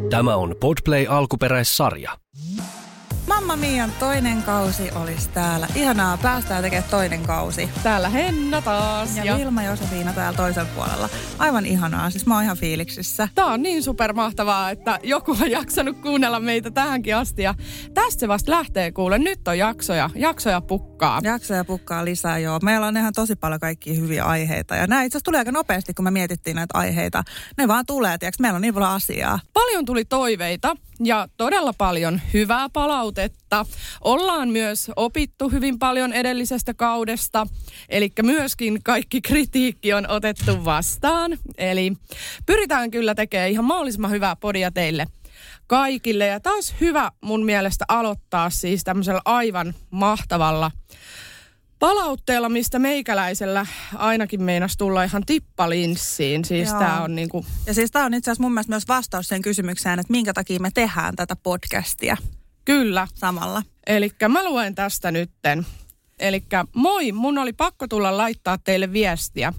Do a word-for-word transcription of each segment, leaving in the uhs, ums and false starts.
Tämä on Podplay alkuperäissarja. Mamma Mian toinen kausi olisi täällä. Ihanaa, päästään tekemään toinen kausi. Täällä Henna taas. Ja, ja Vilma Josefina täällä toisella puolella. Aivan ihanaa, siis mä oon ihan fiiliksissä. Tää on niin supermahtavaa, että joku on jaksanut kuunnella meitä tähänkin asti. Ja tästä se vasta lähtee kuule. Nyt on jaksoja, jaksoja pukkaa. Jaksoja pukkaa lisää, joo. Meillä on ihan tosi paljon kaikkia hyviä aiheita. Ja nämä itse asiassa tuli aika nopeasti, kun me mietittiin näitä aiheita. Ne vaan tulee, tiiäks, meillä on niin paljon asiaa. Paljon tuli toiveita ja todella paljon hyvää palautetta. Ollaan myös opittu hyvin paljon edellisestä kaudesta. Eli myöskin kaikki kritiikki on otettu vastaan. Eli pyritään kyllä tekemään ihan mahdollisimman hyvää podia teille kaikille. Ja taas hyvä mun mielestä aloittaa siis tämmöisellä aivan mahtavalla palautteella, mistä meikäläisellä ainakin meinasi tulla ihan tippalinssiin. Siis tää on niinku... Ja siis tää on itse asiassa mun mielestä myös vastaus sen kysymykseen, että minkä takia me tehdään tätä podcastia. Kyllä. Samalla. Elikkä mä luen tästä nytten. Elikkä moi, mun oli pakko tulla laittaa teille viestiä.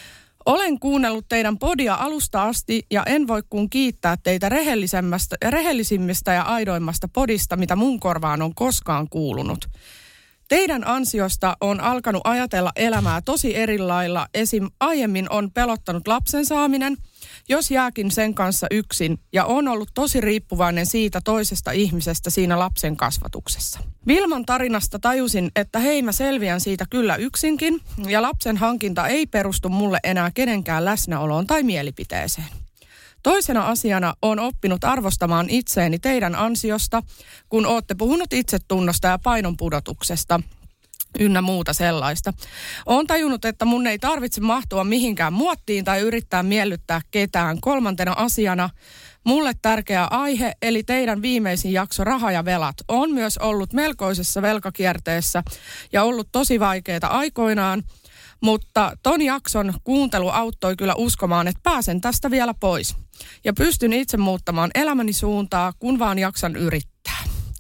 Olen kuunnellut teidän podia alusta asti ja en voi kuin kiittää teitä rehellisemmästä, rehellisimmistä ja aidoimmasta podista, mitä mun korvaan on koskaan kuulunut. Teidän ansiosta on alkanut ajatella elämää tosi eri lailla. Esim. Aiemmin on pelottanut lapsen saaminen, jos jääkin sen kanssa yksin, ja on ollut tosi riippuvainen siitä toisesta ihmisestä siinä lapsen kasvatuksessa. Vilman tarinasta tajusin, että hei, mä selviän siitä kyllä yksinkin, ja lapsen hankinta ei perustu mulle enää kenenkään läsnäoloon tai mielipiteeseen. Toisena asiana olen oppinut arvostamaan itseäni teidän ansiosta, kun olette puhunut itsetunnosta ja painon pudotuksesta ynnä muuta sellaista. Olen tajunnut, että mun ei tarvitse mahtua mihinkään muottiin tai yrittää miellyttää ketään. Kolmantena asiana mulle tärkeä aihe, eli teidän viimeisin jakso Raha ja velat, on myös ollut melkoisessa velkakierteessä ja ollut tosi vaikeaa aikoinaan. Mutta ton jakson kuuntelu auttoi kyllä uskomaan, että pääsen tästä vielä pois. Ja pystyn itse muuttamaan elämäni suuntaa, kun vaan jaksan yrittää.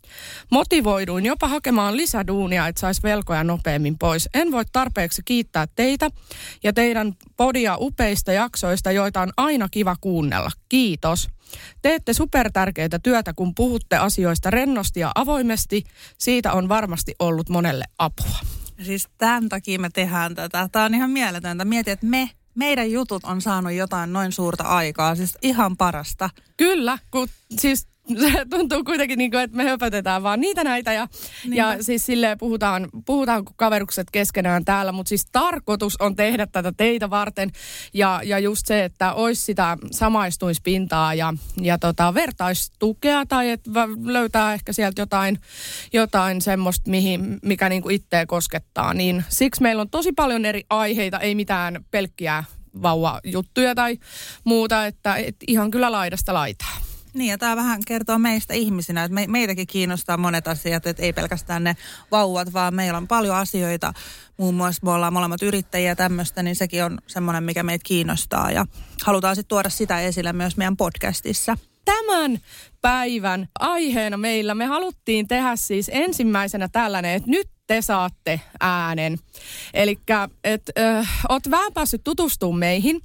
Motivoiduin jopa hakemaan lisäduunia, että sais velkoja nopeammin pois. En voi tarpeeksi kiittää teitä ja teidän podia upeista jaksoista, joita on aina kiva kuunnella. Kiitos. Teette supertärkeitä työtä, kun puhutte asioista rennosti ja avoimesti. Siitä on varmasti ollut monelle apua. Siis tämän takia me tehdään tätä. Tämä on ihan mieletöntä. Mieti, että me, meidän jutut on saanut jotain noin suurta aikaa. Siis ihan parasta. Kyllä, kun siis se tuntuu kuitenkin niin kuin, että me höpötetään vaan niitä näitä. Ja, ja siis silleen puhutaan, puhutaan kuin kaverukset keskenään täällä. Mutta siis tarkoitus on tehdä tätä teitä varten. Ja, ja just se, että olisi sitä samaistuispintaa ja, ja tota, vertaistukea. Tai että löytää ehkä sieltä jotain, jotain semmoista, mihin, mikä niin kuin itseä koskettaa. Niin siksi meillä on tosi paljon eri aiheita, ei mitään pelkkiä vauvajuttuja tai muuta. Että et ihan kyllä laidasta laitaa. Niin, ja tämä vähän kertoo meistä ihmisinä, että me, meitäkin kiinnostaa monet asiat, että ei pelkästään ne vauvat, vaan meillä on paljon asioita. Muun muassa me ollaan molemmat yrittäjiä ja tämmöistä, niin sekin on semmoinen, mikä meitä kiinnostaa. Ja halutaan sitten tuoda sitä esille myös meidän podcastissa. Tämän päivän aiheena meillä me haluttiin tehdä siis ensimmäisenä tällainen, että nyt te saatte äänen. Elikkä, että äh, oot vähän päässyt tutustumaan meihin.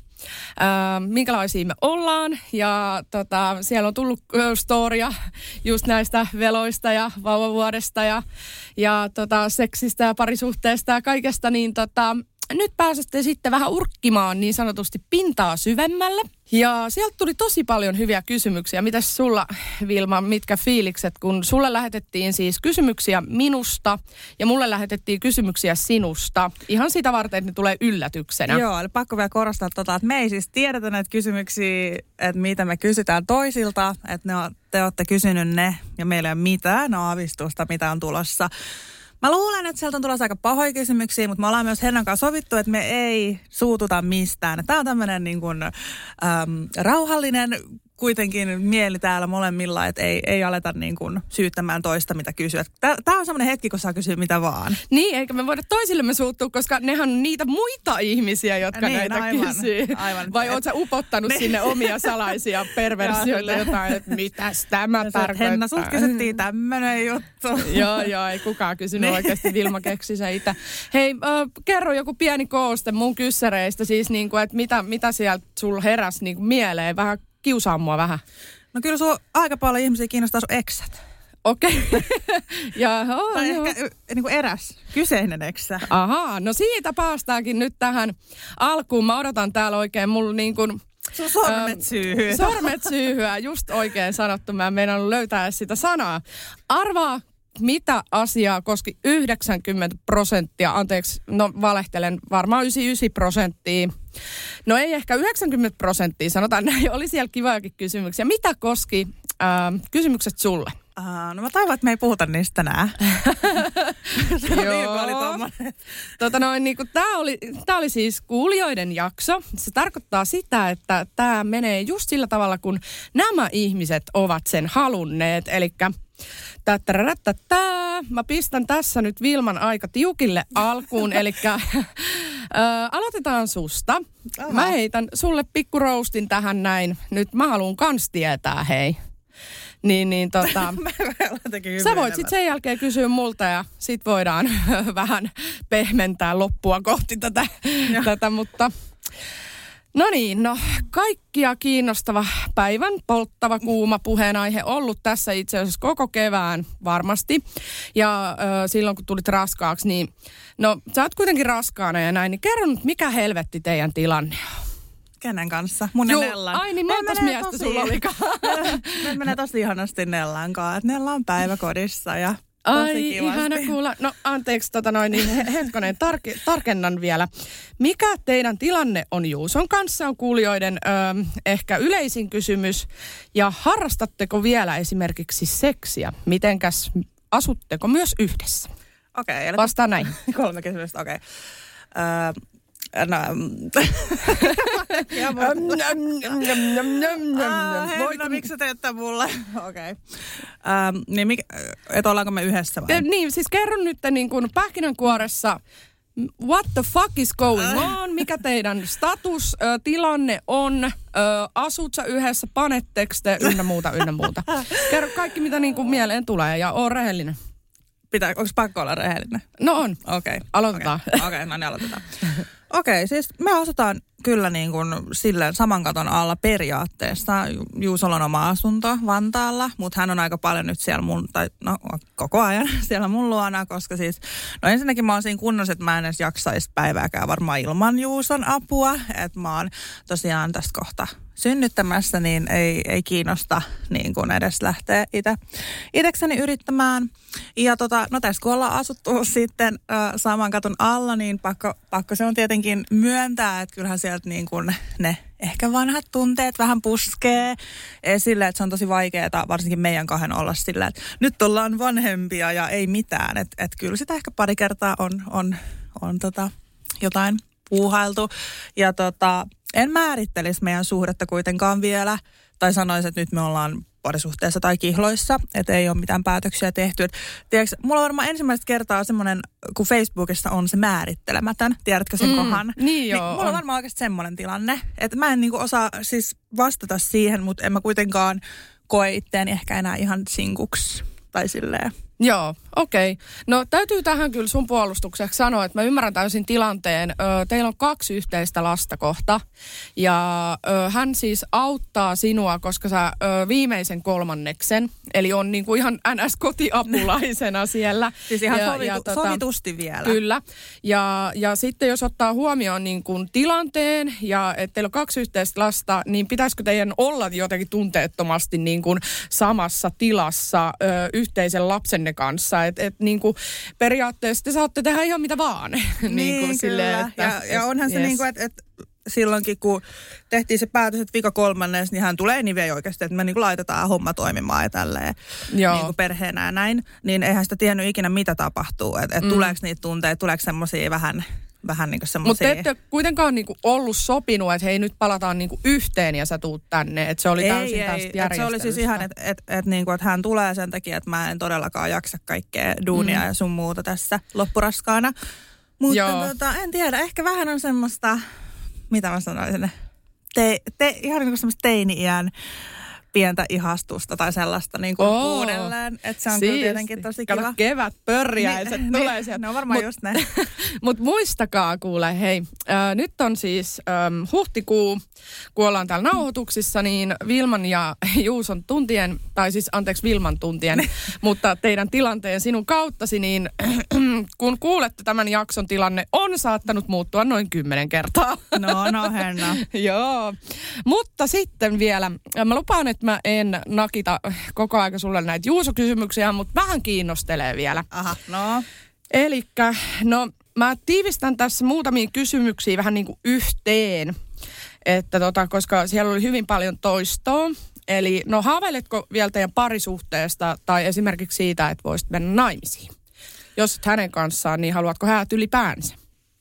Äh, minkälaisia me ollaan ja tota, siellä on tullut äh, storia just näistä veloista ja vauvavuodesta ja, ja tota, seksistä ja parisuhteesta ja kaikesta, niin tota, nyt pääsette sitten vähän urkkimaan niin sanotusti pintaa syvemmälle. Ja sieltä tuli tosi paljon hyviä kysymyksiä. Mitäs sulla, Vilma, mitkä fiilikset, kun sulle lähetettiin siis kysymyksiä minusta ja mulle lähetettiin kysymyksiä sinusta. Ihan sitä varten, että ne tulee yllätyksenä. Joo, eli pakko vielä korostaa tota, että me ei siis tiedetä näitä kysymyksiä, että mitä me kysytään toisilta. Että ne on, te olette kysynyt ne ja meillä ei ole mitään aavistusta, mitä on tulossa. Mä luulen, että sieltä on tulossa aika pahoja kysymyksiä, mutta me ollaan myös Hennan kanssa sovittu, että me ei suututa mistään. Tämä on tämmöinen niin kuin, äm, rauhallinen kuitenkin mieli täällä molemmilla, että ei, ei aleta niin kuin syyttämään toista, mitä kysyä. Tämä on semmoinen hetki, kun saa kysyä mitä vaan. Niin, eikä me voida toisillemme suuttua, koska nehän on niitä muita ihmisiä, jotka niin, näitä aivan, kysyy. Aivan. Vai oot sä upottanut ne. Sinne omia salaisia perversioita jotain, että mitäs tämä tarkoittaa? Henna, sut kysyttiin tämmöinen juttu. Joo, joo, ei kukaan kysynyt oikeasti. Vilma keksi se itse. Hei, äh, kerro joku pieni kooste mun kyssäreistä, siis niin kuin, että mitä, mitä sieltä sulla heräsi niin kuin mieleen, vähän kiusaa mua vähän. No kyllä sun aika paljon ihmisiä kiinnostaa sun eksät. Okei. Okay. Jaha, tai joo. ehkä niin kuin eräs kyseinen eksä. Ahaa, no siitä päästäänkin nyt tähän alkuun. Mä odotan täällä oikein mulla niin kuin... Sun sormet syyhyy. Sormet syyhyä, just oikein sanottu. Mä en meinannut löytää sitä sanaa. Arvaa, mitä asiaa koski yhdeksänkymmentä prosenttia, anteeksi, no valehtelen, varmaan yhdeksänkymmentäyhdeksän prosenttia. No ei ehkä yhdeksänkymmentä prosenttia, sanotaan näin, oli siellä kivojakin kysymyksiä. Mitä koski äh, kysymykset sulle? Uh, no mä toivon, että me ei puhuta niistä tänään. Se oli tommoinen. Tota noin, niin tää oli, tää oli siis kuulijoiden jakso. Se tarkoittaa sitä, että tää menee just sillä tavalla, kun nämä ihmiset ovat sen halunneet. Elikkä tättärättättää. Mä pistän tässä nyt Vilman aika tiukille alkuun, elikkä aloitetaan susta. Aha. Mä heitän sulle pikku roastin tähän näin. Nyt mä haluun kans tietää, hei. Niin, niin tota, sä voit sitten sen jälkeen kysyä multa ja sit voidaan vähän pehmentää loppua kohti tätä, tätä mutta... No niin, no kaikkia kiinnostava päivän polttava kuuma puheenaihe ollut tässä itse asiassa koko kevään varmasti. Ja äh, silloin kun tulit raskaaksi, niin no sä oot kuitenkin raskaana ja näin, niin kerro nyt mikä helvetti teidän tilanne on? Kenen kanssa? Mun ja Nellan. Ai niin, montas miestä tosi... sulla olikaan. Me menee tosi ihanasti Nellan kanssa, että Nella on päiväkodissa ja tosi ai, kivasti. ihana kuulla. No anteeksi, tota noin, niin hetkonen, tark- tarkennan vielä. Mikä teidän tilanne on Juuson kanssa, on kuulijoiden ö, ehkä yleisin kysymys. Ja harrastatteko vielä esimerkiksi seksiä? Mitenkäs, asutteko myös yhdessä? Okei. Okay, vastaa näin. Kolme kysymystä, okei. Okay. Öö... No, Henna, miksi sä teet tämän mulle? Okei. Okay. Um, niin että ollaanko me yhdessä vai? Niin, siis kerron nyt niin kuin pähkinänkuoressa, what the fuck is going on? Mikä teidän status, ö, tilanne on? Ö, asut sä yhdessä, panet tekstejä, ynnä muuta, ynnä muuta. Kerro kaikki, mitä niin kuin mieleen tulee ja oo rehellinen. Pitää, onko pakko olla rehellinen? No on. Okei. Okay. Aloitetaan. Okei, okay. okay, no niin aloitetaan. Okei, okay, siis me asutaan kyllä niin kuin silleen saman katon alla periaatteessa. Juusolla on oma asunto Vantaalla, mutta hän on aika paljon nyt siellä mun, tai no koko ajan siellä mun luona, koska siis, no ensinnäkin mä oon siinä kunnossa, että mä en edes jaksaisi päivääkään varmaan ilman Juuson apua, että mä oon tosiaan tästä kohta synnyttämässä, niin ei, ei kiinnosta niin kuin edes lähteä itse, itsekseni yrittämään. Ja tota, no tässä kun ollaan asuttu sitten äh, saman katon alla, niin pakko, pakko se on tietenkin myöntää, että kyllähän sieltä niin kuin ne ehkä vanhat tunteet vähän puskee esille, että se on tosi vaikeaa varsinkin meidän kahden olla sillä, että nyt ollaan vanhempia ja ei mitään. Että et kyllä sitä ehkä pari kertaa on, on, on tota, jotain puuhailtu ja tota... En määrittelisi meidän suhdetta kuitenkaan vielä, tai sanoisi, että nyt me ollaan parisuhteessa tai kihloissa, että ei ole mitään päätöksiä tehty. Et, tiedätkö, mulla on varmaan ensimmäistä kertaa semmoinen, kun Facebookissa on se määrittelemätön, tiedätkö sen mm, kohan? Niin joo. Niin, mulla on, on varmaan oikeasti semmoinen tilanne, että mä en niinku osaa siis vastata siihen, mutta en mä kuitenkaan koe itteeni ehkä enää ihan sinkuksi tai silleen. Joo, okei. Okay. No täytyy tähän kyllä sun puolustukseksi sanoa, että mä ymmärrän täysin tilanteen. Ö, teillä on kaksi yhteistä lasta kohta ja ö, hän siis auttaa sinua, koska sä ö, viimeisen kolmanneksen, eli on niinku ihan N S-kotiapulaisena siellä. Siis ihan ja, sovitu, ja, tota, sovitusti vielä. Kyllä. Ja, ja sitten jos ottaa huomioon niin kuin tilanteen ja että teillä on kaksi yhteistä lasta, niin pitäisikö teidän olla jotenkin tunteettomasti niin kuin samassa tilassa ö, yhteisen lapsenne kanssa? Että et, niin kuin periaatteessa te saatte tehdä ihan mitä vaan. Niin, niin kuin kyllä. silleen, että, ja, ja onhan se yes. niin kuin, että et silloinkin kun tehtiin se päätös, että vika kolmannes, niin hän tulee niin vielä oikeasti, että me niin kuin laitetaan homma toimimaan ja tälleen niin kuin perheenä ja näin. Niin eihän sitä tiennyt ikinä, mitä tapahtuu. Että et mm. tuleeko niitä tunteita, tuleeko semmoisia vähän... Vähän niin kuin semmoisia. Mutta ette kuitenkaan niinku ollut sopinut, että hei nyt palataan niinku yhteen ja sä tuut tänne. Että se oli täysin ei, tästä ei. järjestelystä. Se oli siis ihan, että et, et, niinku, et hän tulee sen takia, että mä en todellakaan jaksa kaikkea duunia mm. ja sun muuta tässä loppuraskaana. Mutta tota, en tiedä, ehkä vähän on semmoista, mitä mä sanoisin, te, te, ihan niin kuin semmoista teini-iän pientä ihastusta tai sellaista niin kuin Oo. uudelleen. Että se on Siisti. kyllä tietenkin tosi kiva. Kato, kevät pörjäiset Niin, tulee niin, sieltä. ne on varmaan Mut- just näin. Mutta muistakaa kuule, hei, äh, nyt on siis ähm, huhtikuu, kun ollaan täällä nauhoituksissa, niin Vilman ja Juuson tuntien, tai siis anteeksi Vilman tuntien, mutta teidän tilanteen sinun kauttasi, niin kun kuulette tämän jakson tilanne, on saattanut muuttua noin kymmenen kertaa. No, no, Henna. Joo, mutta sitten vielä, mä lupaan, että mä en nakita koko ajan sulle näitä Juuso-kysymyksiä, mutta vähän kiinnostelee vielä. Aha, no. Elikkä, no mä tiivistän tässä muutamia kysymyksiä vähän niin kuin yhteen, että tota, koska siellä oli hyvin paljon toistoa. Eli no haaveiletko vielä teidän parisuhteesta tai esimerkiksi siitä, että voisit mennä naimisiin? Jos et hänen kanssaan, niin haluatko häät ylipäänsä?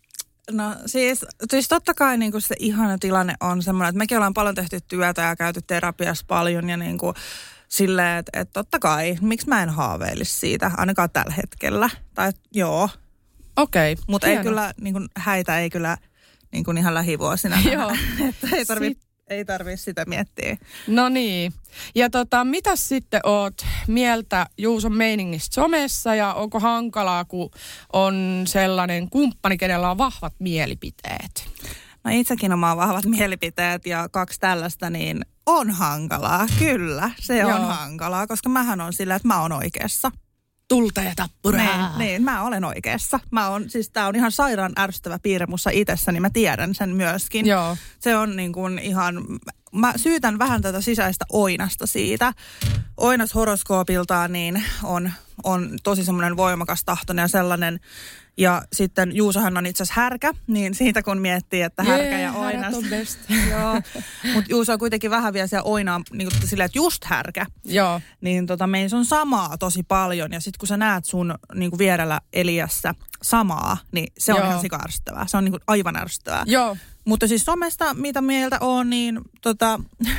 No siis, siis totta kai niin kuin se ihana tilanne on semmoinen, että mekin ollaan paljon tehty työtä ja käyty terapiassa paljon ja niin kuin silleen, että, että totta kai, miksi mä en haaveilisi siitä, ainakaan tällä hetkellä. Tai joo, Okei. Okay, mutta ei kyllä, niin kuin häitä ei kyllä niin kuin ihan lähivuosina. Joo. Että ei tarvi, ei tarvi sitä miettiä. No niin. Ja tota, mitäs sitten oot mieltä Juuson meiningistä somessa ja onko hankalaa, kun on sellainen kumppani, kenellä on vahvat mielipiteet? No itsekin omaa vahvat mielipiteet ja kaksi tällaista, niin on hankalaa. Kyllä, se Joo. on hankalaa, koska mähän on sillä, että mä oon oikeassa. Tulta ja tappuraa. Niin, niin, mä olen oikeassa. Mä on, siis tää on ihan sairaan ärsyttävä piirre mussa itsessä, niin mä tiedän sen myöskin. Joo. Se on niin kuin ihan, mä syytän vähän tätä sisäistä Oinasta siitä. Oinas horoskoopiltaan niin on, on tosi semmoinen voimakas tahtoinen ja sellainen. Ja sitten Juusohan on itse asiassa härkä, niin siitä kun miettii, että härkä Jee, ja härät Oinas. on best. Joo, mutta Juuso on kuitenkin vähän vielä siellä Oinaa niin kuin silleen, että just härkä. Joo. Niin tota, meissä on samaa tosi paljon. Ja sitten kun sä näet sun niin kuin vierellä Eliassa samaa, niin se on Joo. ihan sika-ärsyttävää. Se on niin kuin aivan ärsyttävää. Joo. Mutta siis somesta, mitä mieltä on, niin tota,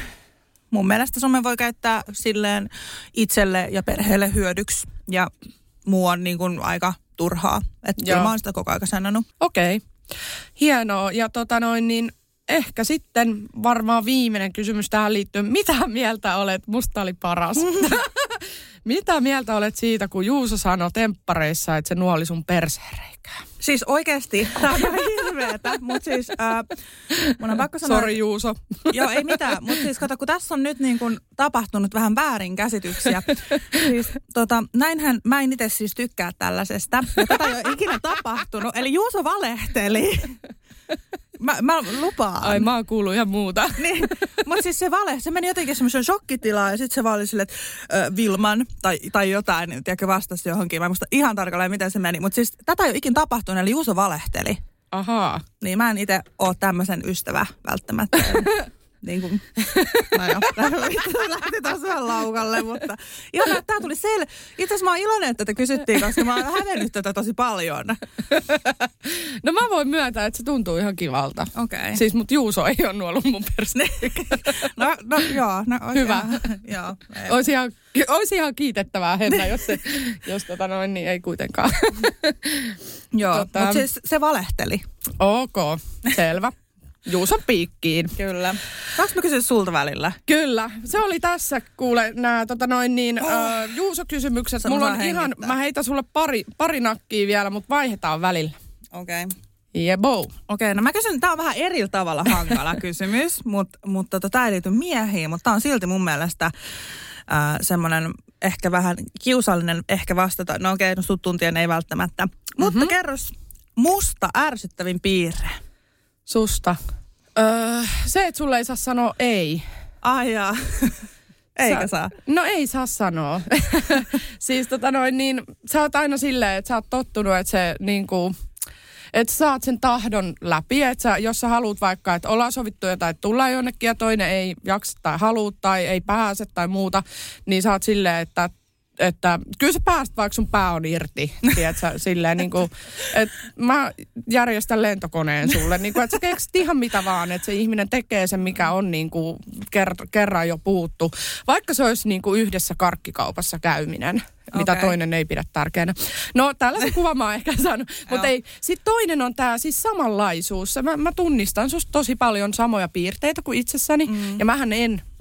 mun mielestä some voi käyttää silleen itselle ja perheelle hyödyksi. Ja muu on niin kuin aika turhaa. Että kyllä mä oon sitä koko ajan sanonut. Okei. Okay. Hienoa. Ja tota noin, niin ehkä sitten varmaan viimeinen kysymys tähän liittyen. Mitä mieltä olet? Musta oli paras. Mitä mieltä olet siitä, kun Juuso sanoi temppareissa, että se nuoli sun persereikää? Siis oikeasti, tää on ihan hirveetä, mutta siis äh, mun on pakko sanoa... Sori Juuso. Joo, ei mitään, mutta siis kato, kun tässä on nyt niin kun tapahtunut vähän väärinkäsityksiä. Siis tota, näinhän, mä en itse siis tykkää tällaisesta, ja tätä ei ole ikinä tapahtunut, eli Juuso valehteli. Mä, mä lupaan. Ai mä oon kuullut ihan muuta. Niin, mutta siis se vale, se meni jotenkin semmoisen shokkitilaan ja sitten se vaan oli silleen, että äh, Vilman tai, tai jotain, niin tiedätkö, vastasi johonkin. Mä en muista ihan tarkalleen, miten se meni, mutta siis tätä ei ole ikin tapahtunut, eli Juuso valehteli. Ahaa. Niin mä en itse ole tämmöisen ystävä välttämättä. Niin kuin, no joo, lähti taas vähän laukalle, mutta ihan tää tuli sel... Itse asiassa mä oon iloinen, että tätä kysyttiin, koska mä oon hävennyt tätä tosi paljon. No mä voin myöntää, että se tuntuu ihan kivalta. Okei. Okay. Siis mut Juuso ei ole nuollut mun perse. No, no joo. No, Hyvä. Joo. Olisi ihan, olisi ihan kiitettävää, Henna, jos, se, jos tota noin, niin ei kuitenkaan. Joo, tota... mutta siis se valehteli. Ok, selvä. Juuson piikkiin. Kyllä. Saanko mä kysyä sulta välillä? Kyllä. Se oli tässä, kuule, nämä tota noin niin, oh. uh, Juuso-kysymykset. Sä Mulla on hengittää. ihan, mä heitän sulle pari, pari nakkia vielä, mutta vaihdetaan välillä. Okei. Okay. Jebo. Okei, okay, no mä kysyn, tää on vähän eri tavalla hankala kysymys, mutta mut, tota, tää ei liity miehiin, mutta tää on silti mun mielestä äh, semmoinen ehkä vähän kiusallinen ehkä vastata. No okei, okay, no sut tuntien ei välttämättä. Mm-hmm. Mutta kerros musta ärsyttävin piirre. Susta. Öö, se, että sulle ei saa sanoa ei. Ai jaa. Eikä sä, saa. No ei saa sanoa. Siis tota noin niin, sä oot aina silleen, että sä oot tottunut, että se niinku, että sä saat sen tahdon läpi, että sä, jos sä haluat vaikka, että ollaan sovittu jotain, että tullaan jonnekin ja toinen ei jaksa tai halua tai ei pääse tai muuta, niin sä oot silleen, että että kyllä sä pääst, vaikka sun pää on irti, tiedätkö, silleen niin kuin, että mä järjestän lentokoneen sulle, niin kuin, että sä keksit ihan mitä vaan, että se ihminen tekee sen, mikä on niin kuin ker- kerran jo puhuttu, vaikka se olisi niin kuin yhdessä karkkikaupassa käyminen, mitä Okay. toinen ei pidä tärkeänä. No tällaisen kuvan mä oon ehkä saanut, mutta ei, sit toinen on tää siis samanlaisuus. Mä, mä tunnistan susta tosi paljon samoja piirteitä kuin itsessäni, mm. ja mähän en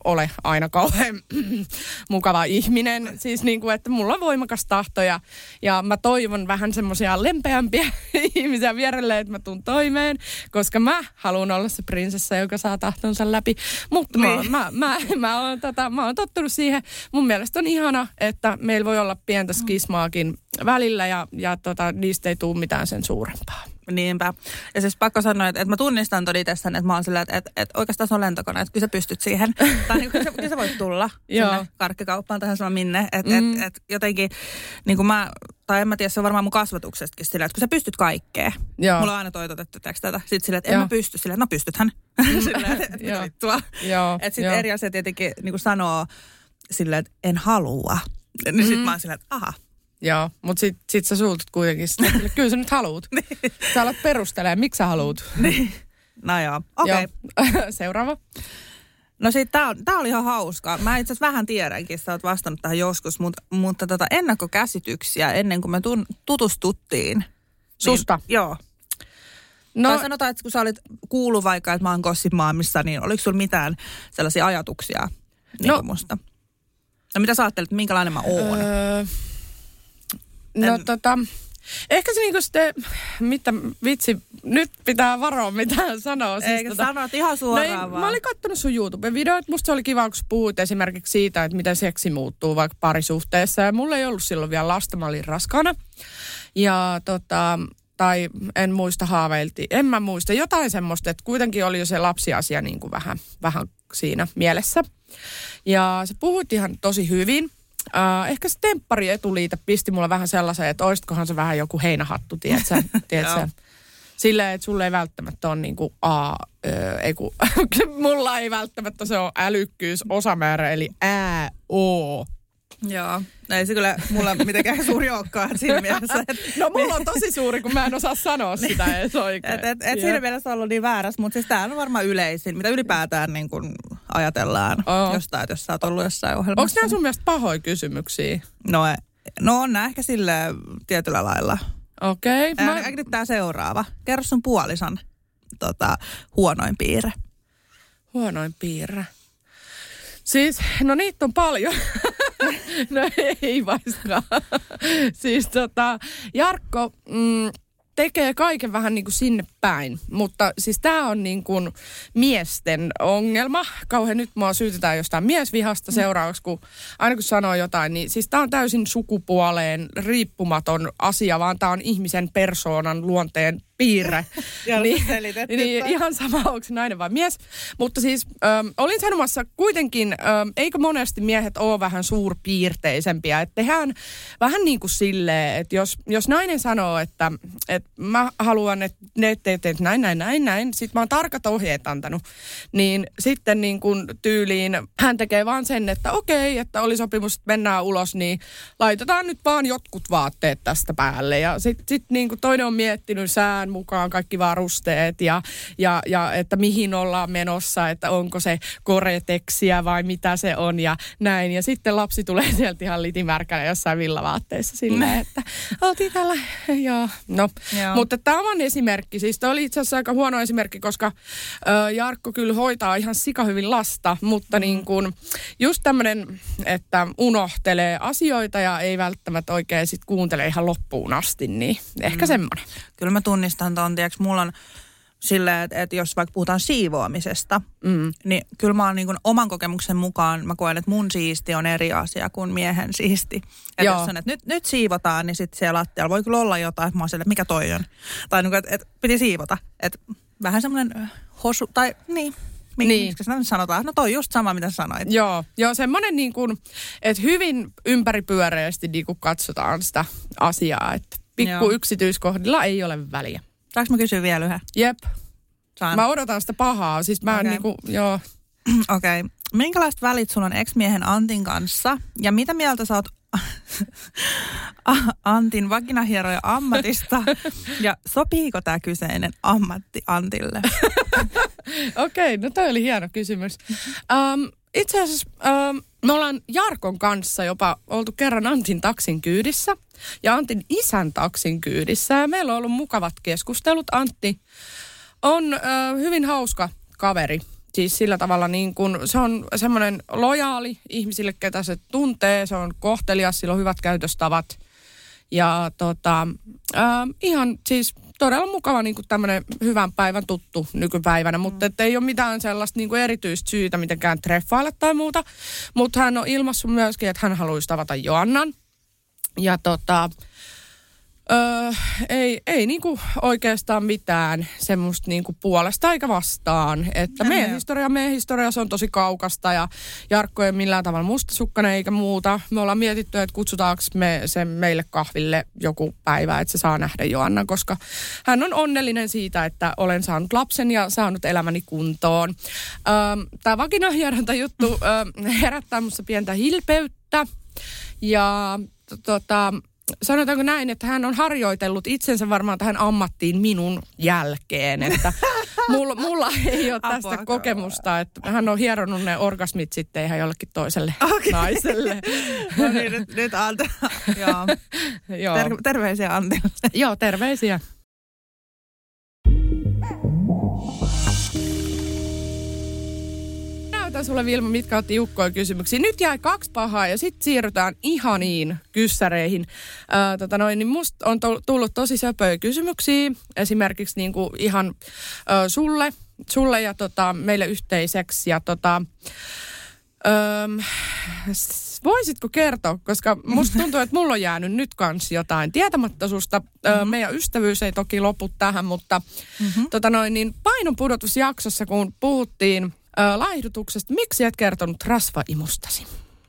ole aina kauhean mukava ihminen. Siis niin kuin, että mulla on voimakas tahto ja, ja mä toivon vähän semmoisia lempeämpiä ihmisiä vierelle, että mä tuun toimeen, koska mä haluan olla se prinsessa, joka saa tahtonsa läpi. Mutta niin. mä, mä, mä, mä, oon, tota, mä oon tottunut siihen. Mun mielestä on ihana, että meillä voi olla pientä skismaakin välillä ja, ja tota, niistä ei tule mitään sen suurempaa. Niinpä. Ja siis pakko sanoa, että, että mä tunnistan ton itsessäni, että mä oon silleen, että, että, että oikeastaan se on lentokone, että kyllä sä pystyt siihen. Tai niin kyllä, sä, kyllä sä voit tulla sinne karkkikauppaan tähän sama minne. Että mm. et, et jotenkin, niin kuin mä, tai en mä tiedä, se on varmaan mun kasvatuksestakin silleen, että kun sä pystyt kaikkeen. Joo. Mulla on aina toitotettu tätä. Sitten silleen, että en Joo. mä pysty silleen, että no pystythän. silleen, että et, vittua. Että sitten eri asia tietenkin niin kuin sanoo silleen, että en halua. Niin mm. sit mä oon silleen, että aha. Joo, mutta sit, sit sä suutut kuitenkin sitä, että kyllä sä nyt haluut. Sä alat perustelemaan, miksi sä haluut. No joo, okei. Okay. Seuraava. No sit tää, on, tää oli ihan hauskaa. Mä itse asiassa vähän tiedänkin, sä oot vastannut tähän joskus, mutta, mutta tota ennakkokäsityksiä ennen kuin me tun, tutustuttiin. Susta? Niin, joo. No, tai sanotaan, että kun sä olit kuullut vaikka, että mä oon Gossip Momissa, niin oliko sulla mitään sellaisia ajatuksia niin no, musta? No mitä sä ajattelet, minkälainen mä oon? Öö... No en... tota, ehkä se niinku sitten, mitä vitsi, nyt pitää varoa mitä sanoo. Siis Eikä tota, sanot ihan suoraan no ei, vaan. Mä olin kattonut sun YouTube-videoit, musta se oli kiva, kun puhuit esimerkiksi siitä, että miten seksi muuttuu vaikka parisuhteessa. Ja mulla ei ollut silloin vielä lasta, mä olin raskaana. Ja tota, tai en muista haaveiltiin, en mä muista, jotain semmoista, että kuitenkin oli jo se lapsiasia niin kuin vähän, vähän siinä mielessä. Ja sä puhuit ihan tosi hyvin. Uh, ehkä se temppari etuliite pisti mulla vähän sellaisen, että olisitkohan se vähän joku heinähattu, tiedätkö? tiedätkö? Silleen, että sulle ei välttämättä ole niin kuin A, ö, ei kun, mulla ei välttämättä se ole älykkyys osamäärä, eli ää, o. Joo, ei se kyllä mulla mitenkään suuri olekaan siinä mielessä. Et, no mulla on tosi suuri, kun mä en osaa sanoa sitä edes oikein. Et, et, et siinä mielessä on ollut niin väärässä, mutta siis tää on varmaan yleisin, mitä ylipäätään niin kun ajatellaan oh. jostain, jos sä oot ollut jossain ohjelmassa. Onko nämä sun mielestä pahoja kysymyksiä? No, no on nää ehkä silleen tietyllä lailla. Okei. Okay, mä... Nyt tää seuraava. Kerro sun puolison tota, huonoin piirre. Huonoin piirre. Siis, no niitä on paljon. No ei vaiskaan. Siis tota, Jarkko mm, tekee kaiken vähän niin kuin sinne päin. Mutta siis tää on niin kuin miesten ongelma. Kauhean nyt mua syytetään jostain miesvihasta seuraavaksi, kun aina kun sanoo jotain, niin siis tää on täysin sukupuoleen riippumaton asia, vaan tää on ihmisen persoonan luonteen piirre. niin, niin ihan sama, onko se nainen vai mies. Mutta siis ähm, olin sanomassa kuitenkin, ähm, eikö monesti miehet ole vähän suurpiirteisempiä. Että tehdään vähän niin kuin silleen, että jos, jos nainen sanoo, että, että mä haluan, että ne teet näin, näin, näin, näin. Sitten mä oon tarkat ohjeet antanut. Niin sitten niin kuin tyyliin hän tekee vaan sen, että okei, että oli sopimus, että mennään ulos, niin laitetaan nyt vaan jotkut vaatteet tästä päälle. Ja sitten sit niin kuin toinen on miettinyt sään mukaan kaikki varusteet ja, ja, ja että mihin ollaan menossa, että onko se koreteksiä vai mitä se on ja näin. Ja sitten lapsi tulee sieltä ihan litimärkänä jossain villavaatteissa silleen, että oltiin täällä, joo. No, joo. Mutta tämä on esimerkki. Siis tämä oli itse asiassa aika huono esimerkki, koska ö, Jarkko kyllä hoitaa ihan sikahyvin lasta, mutta mm. niin kuin just tämmöinen, että unohtelee asioita ja ei välttämättä oikein sit kuuntele ihan loppuun asti, niin ehkä mm. semmoinen. Kyllä mä tunnistan ton, tiiäks, mulla on silleen, että, että jos vaikka puhutaan siivoamisesta, mm. niin kyllä mä oon niin kuin oman kokemuksen mukaan, mä koen, että mun siisti on eri asia kuin miehen siisti. Että jos on, että nyt, nyt siivotaan, niin sitten siellä lattialla voi kyllä olla jotain, että mä oon silleen, että mikä toi on. Tai niin kuin, että, että piti siivota. Että vähän semmoinen hosu, tai niin. Mik, niin. Miksi sitä sanotaan? No toi just sama, mitä sanoit. Joo, joo semmoinen niin kuin, että hyvin ympäripyöreästi niin kuin katsotaan sitä asiaa, että pikku yksityiskohdilla ei ole väliä. Saanko mä kysyä vielä yhden? Jep. Saan. Mä odotan sitä pahaa. Siis mä okay. niinku, joo. Okei. Okay. Minkälaiset välit sulla on ex-miehen Antin kanssa? Ja mitä mieltä sä oot Antin vaginahieroja ammatista? Ja sopiiko tää kyseinen ammatti Antille? Okei, okay, no toi oli hieno kysymys. Um, itse asiassa um, me ollaan Jarkon kanssa jopa oltu kerran Antin taksin kyydissä ja Antin isän taksin kyydissä. Ja meillä on ollut mukavat keskustelut. Antti on uh, hyvin hauska kaveri. Siis sillä tavalla niin kuin, se on semmoinen lojaali ihmisille, ketä se tuntee. Se on kohtelias, sillä on hyvät käytöstavat. Ja tota, äh, ihan siis todella mukava niin kuin tämmöinen hyvän päivän tuttu nykypäivänä. Mutta mm. ei ole mitään sellaista niin kuin erityistä syytä mitenkään treffailla tai muuta. Mutta hän on ilmaissut myöskin, että hän haluaisi tavata Joannan. Ja tota... Öö, ei ei niinku oikeastaan mitään semmoista niinku puolesta eikä vastaan. Että meidän historia, meidän historia, se on tosi kaukasta ja Jarkko ei millään tavalla mustasukkainen eikä muuta. Me ollaan mietitty, että kutsutaanko me sen meille kahville joku päivä, että se saa nähdä Joannan, koska hän on onnellinen siitä, että olen saanut lapsen ja saanut elämäni kuntoon. Öö, Tämä vakinahieronta juttu öö, herättää musta pientä hilpeyttä ja tota... Sanotaanko näin, että hän on harjoitellut itsensä varmaan tähän ammattiin minun jälkeen, että mulla, mulla ei ole tästä Apua, kokemusta, että hän on hieronut ne orgasmit sitten ihan jollekin toiselle okay. naiselle. No niin, nyt, nyt Ante. Joo. Joo. Ter- terveisiä Antille. Joo, terveisiä. Näytän sulle, Vilma, mitkä otti Jukkoja kysymyksiä. Nyt jäi kaksi pahaa ja sitten siirrytään ihaniin kyssäreihin. Ää, tota noin, niin musta on to- tullut tosi söpöjä kysymyksiä. Esimerkiksi niinku ihan ä, sulle, sulle ja tota, meille yhteiseksi. Ja tota, äm, voisitko kertoa, koska musta tuntuu, että mulla on jäänyt nyt kans jotain tietämättä susta. Mm-hmm. Meidän ystävyys ei toki lopu tähän, mutta mm-hmm. tota noin, niin painonpudotusjaksossa, kun puhuttiin Ö, laihdutuksesta. Miksi et kertonut rasvaimustasi?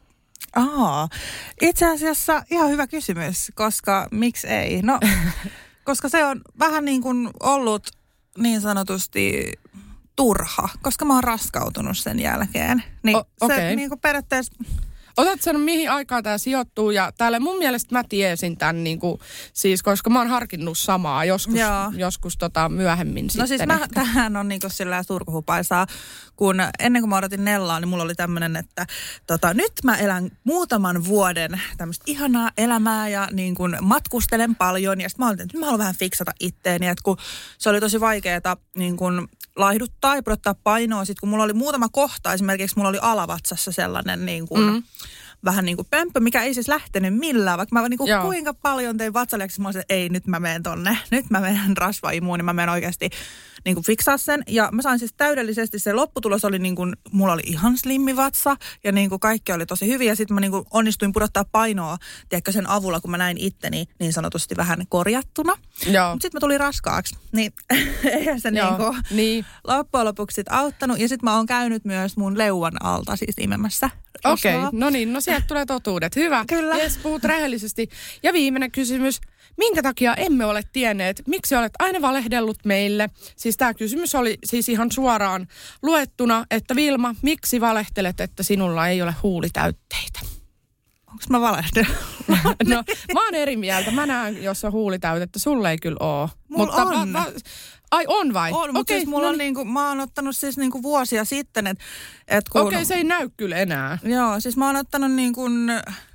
Aa, itse asiassa ihan hyvä kysymys, koska miksi ei? No, koska se on vähän niin kuin ollut niin sanotusti turha, koska mä oon raskautunut sen jälkeen. Niin o, okay. se niin kuin periaatteessa... Otatko sanoa, mihin aikaan tämä sijoittuu? Ja täällä mun mielestä mä tiesin tämän, niin kuin, siis, koska mä oon harkinnut samaa joskus, joskus tota, myöhemmin. No siis mä, tämähän on niin kuin sillä surkuhupaisaa, kun ennen kuin mä odotin Nellaa, niin mulla oli tämmöinen, että tota, nyt mä elän muutaman vuoden tämmöistä ihanaa elämää ja niin kuin matkustelen paljon. Ja sitten mä olin, että mä haluan vähän fiksata itteeni, että kun se oli tosi vaikeaa niin kuin laihduttaa ja pudottaa painoa. Sitten kun mulla oli muutama kohta, esimerkiksi mulla oli alavatsassa sellainen niin kuin, mm. vähän niin kuin pömpö, mikä ei siis lähtenyt millään. Vaikka mä niin kuin kuinka paljon tein vatsalihaksia, mä olisin, että ei, nyt mä menen tonne. Nyt mä menen rasvaimuun, niin mä menen oikeasti niin kuin fiksaa sen. Ja mä sain siis täydellisesti, se lopputulos oli niin kuin, mulla oli ihan slimmi vatsa ja niin kuin kaikki oli tosi hyviä. Ja sitten mä niin kuin onnistuin pudottaa painoa, tiedätkö, sen avulla, kun mä näin itteni niin sanotusti vähän korjattuna. Mutta sitten mä tulin raskaaksi. Niin eihän se niin kuin niin. loppujen lopuksi sit auttanut. Ja sitten mä oon käynyt myös mun leuan alta siis imemässä. Okei, okay. No niin, no sieltä tulee totuudet. Hyvä. Kyllä. Jes, puhut rehellisesti. Ja viimeinen kysymys. Minkä takia emme ole tienneet, miksi olet aina valehdellut meille? Siis tämä kysymys oli siis ihan suoraan luettuna, että Vilma, miksi valehtelet, että sinulla ei ole huulitäytteitä? Onko mä valehdellut? No, mä oon eri mieltä. Mä näen, jos on huulitäytettä. Sulle ei kyllä ole. Mulla mutta on. Va, va, ai on vai? On, mutta okay, siis mulla no on niin. niinku, mä oon ottanut siis niinku vuosia sitten, että et kun... Okei, okay, se ei näy kyllä enää. Joo, siis mä oon ottanut niin kuin,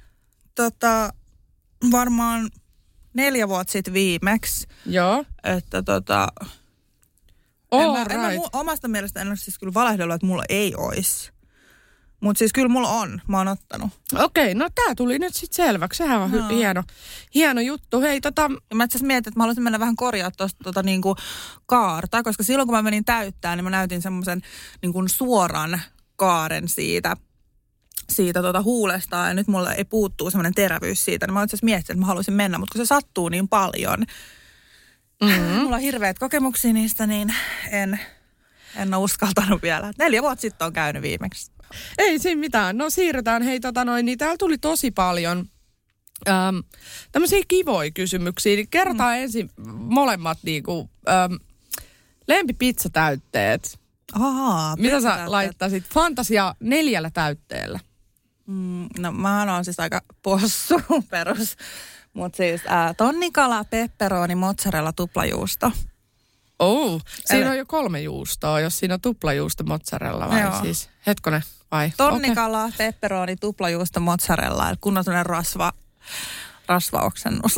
tota, varmaan neljä vuotta sitten viimeksi. Joo. Että tota... All en mä, right. en mä omasta mielestä en ole siis kyllä valehdellut, että mulla ei olisi. Mutta siis kyllä mulla on. Mä oon ottanut. Okei, okay, no tää tuli nyt sitten selväksi. Sehän on no. hy- hieno, hieno juttu. Hei, tota... Mä itse asiassa mietin, että mä haluaisin mennä vähän korjaa tuosta tota niinku kaarta, koska silloin kun mä menin täyttää, niin mä näytin semmoisen niinku suoran kaaren siitä, siitä tota huulesta. Ja nyt mulla ei puuttuu semmoinen terävyys siitä. Niin mä itse asiassa mietin, että mä haluaisin mennä, mutta kun se sattuu niin paljon. Mm-hmm. Mulla on hirveät kokemuksia niistä, niin en, en ole uskaltanut vielä. Neljä vuotta sitten on käynyt viimeksi. Ei siinä mitään. No siirrytään. Hei, tota noin, niin täällä tuli tosi paljon ähm, tämmöisiä kivoja kysymyksiä. Niin kertaa mm. ensin molemmat niinku, ähm, lempipizzatäytteet. Ahaa, mitä sä laittaisit? Fantasia neljällä täytteellä. Mm, no mä oon siis aika possu perus. Mutta siis äh, tonnikala, pepperoni, mozzarella, tuplajuusto. Oh, siinä Eli... on jo kolme juustoa, jos siinä on tuplajuusto, mozzarella vai Joo. siis, hetkonen vai? Tonnikala, okay. pepperoni, tuplajuusto, mozzarella, kun on sellainen rasva, rasvaoksennus.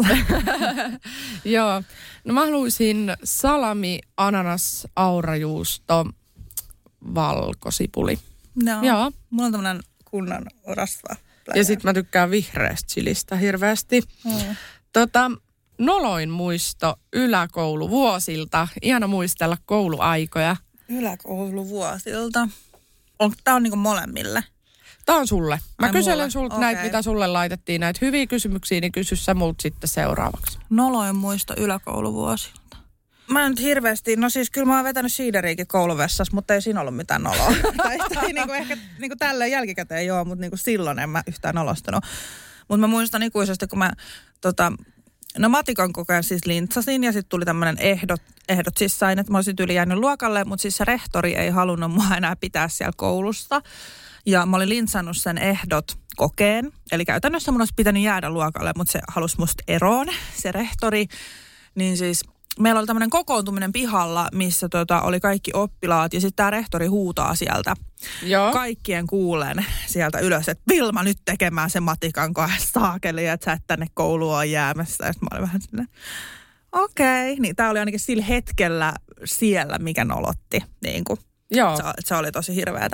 Joo, no mä haluaisin salami, ananas, aurajuusto, valkosipuli. No, Joo. Mulla on tämmönen kunnon rasva. Ja sit mä tykkään vihreästä chilistä hirveästi. Mm. Tota, noloin muisto yläkouluvuosilta. Ihana muistella kouluaikoja. Yläkouluvuosilta. On, tää on niinku molemmille. Tää on sulle. Mä Ai kyselen mulle. sulta Okei. näitä, mitä sulle laitettiin. Näitä hyviä kysymyksiä, niin kysy sä multa sitten seuraavaksi. Noloin muisto yläkouluvuosilta. Mä en nyt hirveästi, no siis kyllä mä oon vetänyt siideriikin kouluvessassa, mutta ei siinä ollut mitään noloa. tai tai niinku ehkä niinku tälleen jälkikäteen joo, mutta niinku silloin en mä yhtään nolostunut. Mutta mä muistan ikuisesti, kun mä tota, no matikan koko ajan siis lintsasin ja sitten tuli tämmöinen ehdot, ehdot siis sain, että mä olisin yli jäänyt luokalle, mutta siis se rehtori ei halunnut mua enää pitää siellä koulussa. Ja mä olin lintsannut sen ehdot kokeen, eli käytännössä mun olisi pitänyt jäädä luokalle, mutta se halusi musta eroon, se rehtori. Niin siis meillä oli tämmöinen kokoontuminen pihalla, missä tota, oli kaikki oppilaat ja sitten tämä rehtori huutaa sieltä Joo. kaikkien kuulen sieltä ylös, että Vilma nyt tekemään sen matikan koe saakeli, että sä et tänne kouluun ole jäämässä. Ja sitten mä olin vähän silleen, okei. Okay. Niin tämä oli ainakin sillä hetkellä siellä, mikä nolotti. Niin kuin. Joo. Se, se oli tosi hirveätä.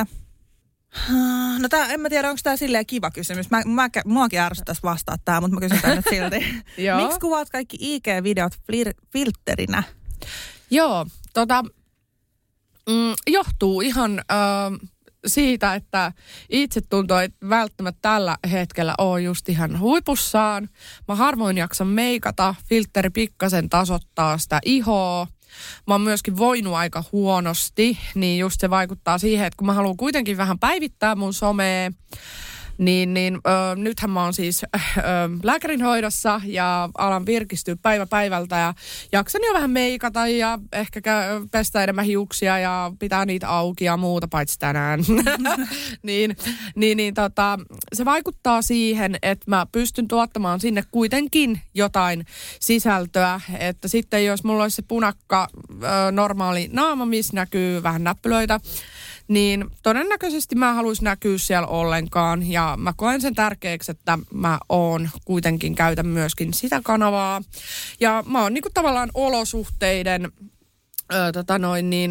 No tää, en mä tiedä, onko tämä silleen kiva kysymys. Mä, mä, muakin ärsyttäisi vastaa tää, mutta mä kysyn tän nyt silti. Miksi kuvaat kaikki I G-videot flir- filtterinä? Joo, tota, mm, johtuu ihan äh, siitä, että itse tuntuu, että välttämättä tällä hetkellä on just ihan huipussaan. Mä harvoin jaksan meikata, filtteri pikkasen tasoittaa sitä ihoa. Mä oon myöskin voinut aika huonosti, niin just se vaikuttaa siihen, että kun mä haluan kuitenkin vähän päivittää mun somea, niin, niin ö, nythän mä oon siis ö, lääkärinhoidossa ja alan virkistyä päivä päivältä ja jaksan jo vähän meikata ja ehkä käy, pestä enemmän hiuksia ja pitää niitä auki ja muuta, paitsi tänään. niin, niin, niin tota, se vaikuttaa siihen, että mä pystyn tuottamaan sinne kuitenkin jotain sisältöä, että sitten jos mulla olisi se punakka ö, normaali naama, missä näkyy vähän näppylöitä, niin todennäköisesti mä haluaisin näkyä siellä ollenkaan ja mä koen sen tärkeäksi, että mä oon kuitenkin käytän myöskin sitä kanavaa. Ja mä oon niinku tavallaan olosuhteiden ö, tota noin niin,